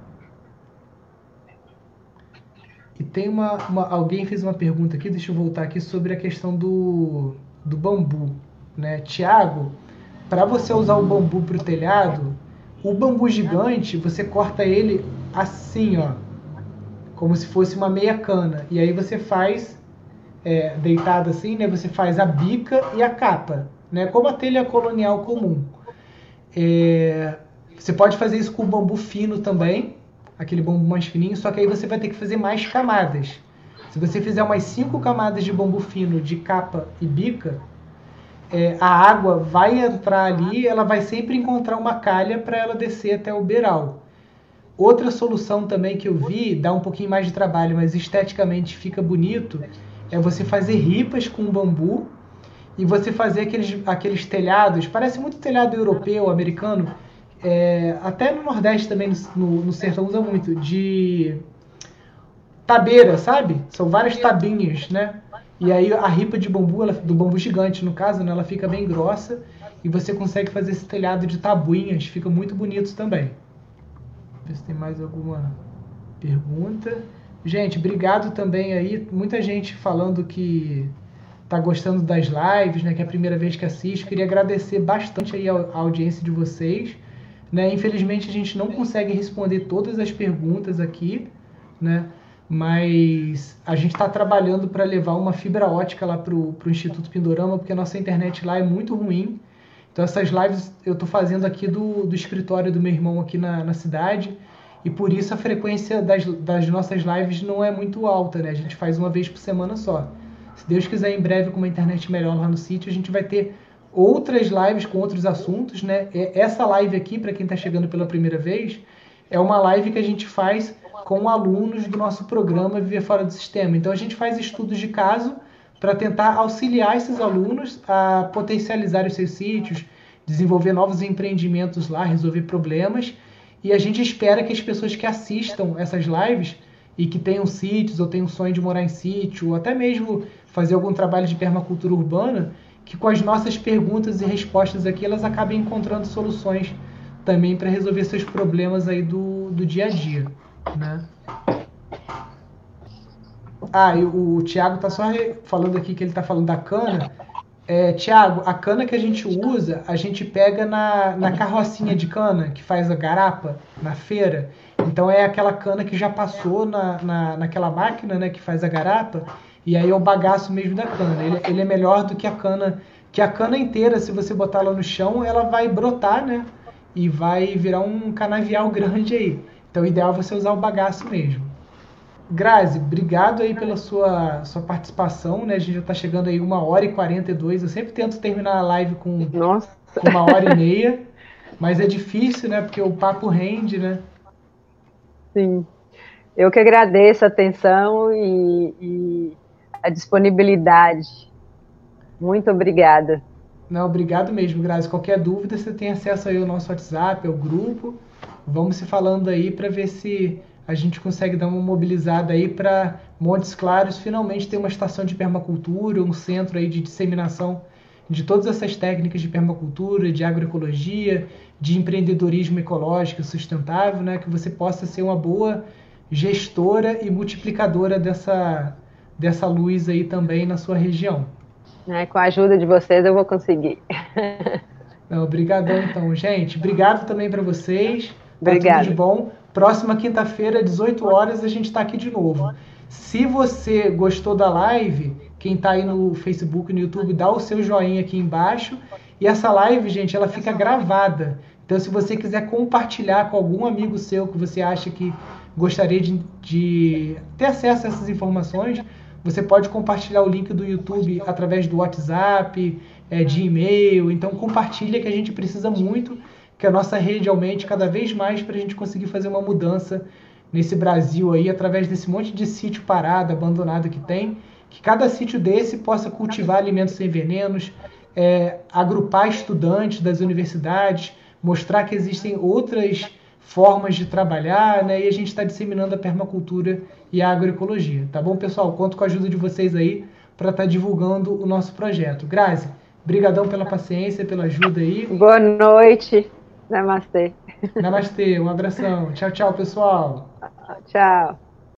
E tem uma, uma... Alguém fez uma pergunta aqui, deixa eu voltar aqui, sobre a questão do, do bambu, né? Tiago, para você usar o bambu para o telhado, o bambu gigante, você corta ele assim, ó, como se fosse uma meia cana. E aí você faz, é, deitado assim, né? Você faz a bica e a capa, né? Como a telha colonial comum. É, você pode fazer isso com o bambu fino também, aquele bambu mais fininho, só que aí você vai ter que fazer mais camadas. Se você fizer umas cinco camadas de bambu fino, de capa e bica, é, a água vai entrar ali, ela vai sempre encontrar uma calha para ela descer até o beiral. Outra solução também que eu vi, dá um pouquinho mais de trabalho, mas esteticamente fica bonito, é você fazer ripas com bambu e você fazer aqueles, aqueles telhados, parece muito telhado europeu, americano, é, até no Nordeste também, no, no sertão usa muito, de tabeira, sabe? São várias tabinhas, né? E aí a ripa de bambu, ela, do bambu gigante no caso, né, ela fica bem grossa e você consegue fazer esse telhado de tabuinhas, fica muito bonito também. Ver se tem mais alguma pergunta. Gente, obrigado também aí, muita gente falando que tá gostando das lives, né, que é a primeira vez que assiste. Queria agradecer bastante aí a, a audiência de vocês, né? Infelizmente a gente não consegue responder todas as perguntas aqui, né? Mas a gente está trabalhando para levar uma fibra ótica lá para o Instituto Pindorama, porque a nossa internet lá é muito ruim. Então essas lives eu estou fazendo aqui do, do escritório do meu irmão aqui na, na cidade, e por isso a frequência das, das nossas lives não é muito alta, né? A gente faz uma vez por semana só. Se Deus quiser, em breve, com uma internet melhor lá no sítio, a gente vai ter outras lives com outros assuntos, né? Essa live aqui, para quem está chegando pela primeira vez, é uma live que a gente faz com alunos do nosso programa Viver Fora do Sistema. Então a gente faz estudos de caso para tentar auxiliar esses alunos a potencializar os seus sítios, desenvolver novos empreendimentos lá, resolver problemas. E a gente espera que as pessoas que assistam essas lives e que tenham sítios ou tenham sonho de morar em sítio, ou até mesmo fazer algum trabalho de permacultura urbana, que com as nossas perguntas e respostas aqui, elas acabem encontrando soluções também para resolver seus problemas aí do, do dia a dia, né? Ah, e o, o Thiago tá só falando aqui que ele tá falando da cana. É, Thiago, a cana que a gente usa, a gente pega na, na carrocinha de cana, que faz a garapa na feira. Então é aquela cana que já passou na, na, naquela máquina, né, que faz a garapa, e aí é o bagaço mesmo da cana. Ele, ele é melhor do que a cana, que a cana inteira, se você botar ela no chão, ela vai brotar, né, e vai virar um canavial grande aí. Então o ideal é você usar o bagaço mesmo. Grazi, obrigado aí pela sua, sua participação, né? A gente já está chegando aí uma hora e quarenta e dois. Eu sempre tento terminar a live com, com uma hora e meia, mas é difícil, né? Porque o papo rende, né? Sim. Eu que agradeço a atenção e, e a disponibilidade. Muito obrigada. Não, obrigado mesmo, Grazi. Qualquer dúvida, você tem acesso aí ao nosso WhatsApp, ao grupo. Vamos se falando aí para ver se a gente consegue dar uma mobilizada aí para Montes Claros finalmente ter uma estação de permacultura, um centro aí de disseminação de todas essas técnicas de permacultura, de agroecologia, de empreendedorismo ecológico sustentável, né? Que você possa ser uma boa gestora e multiplicadora dessa, dessa luz aí também na sua região. É, com a ajuda de vocês eu vou conseguir. Não, obrigadão então, gente. Obrigado também para vocês. Obrigada. Tá tudo de bom. Próxima quinta-feira, dezoito horas, a gente está aqui de novo. Se você gostou da live, quem está aí no Facebook e no YouTube, dá o seu joinha aqui embaixo. E essa live, gente, ela fica gravada. Então, se você quiser compartilhar com algum amigo seu que você acha que gostaria de, de ter acesso a essas informações, você pode compartilhar o link do YouTube através do WhatsApp, é, de e-mail. Então, compartilha, que a gente precisa muito que a nossa rede aumente cada vez mais para a gente conseguir fazer uma mudança nesse Brasil aí, através desse monte de sítio parado, abandonado que tem, que cada sítio desse possa cultivar alimentos sem venenos, é, agrupar estudantes das universidades, mostrar que existem outras formas de trabalhar, né? E a gente está disseminando a permacultura e a agroecologia, tá bom, pessoal? Conto com a ajuda de vocês aí para estar tá divulgando o nosso projeto. Grazi, Obrigadão pela paciência, pela ajuda aí. Boa noite. Namastê. Namastê, um abração. Tchau, tchau, pessoal. Tchau.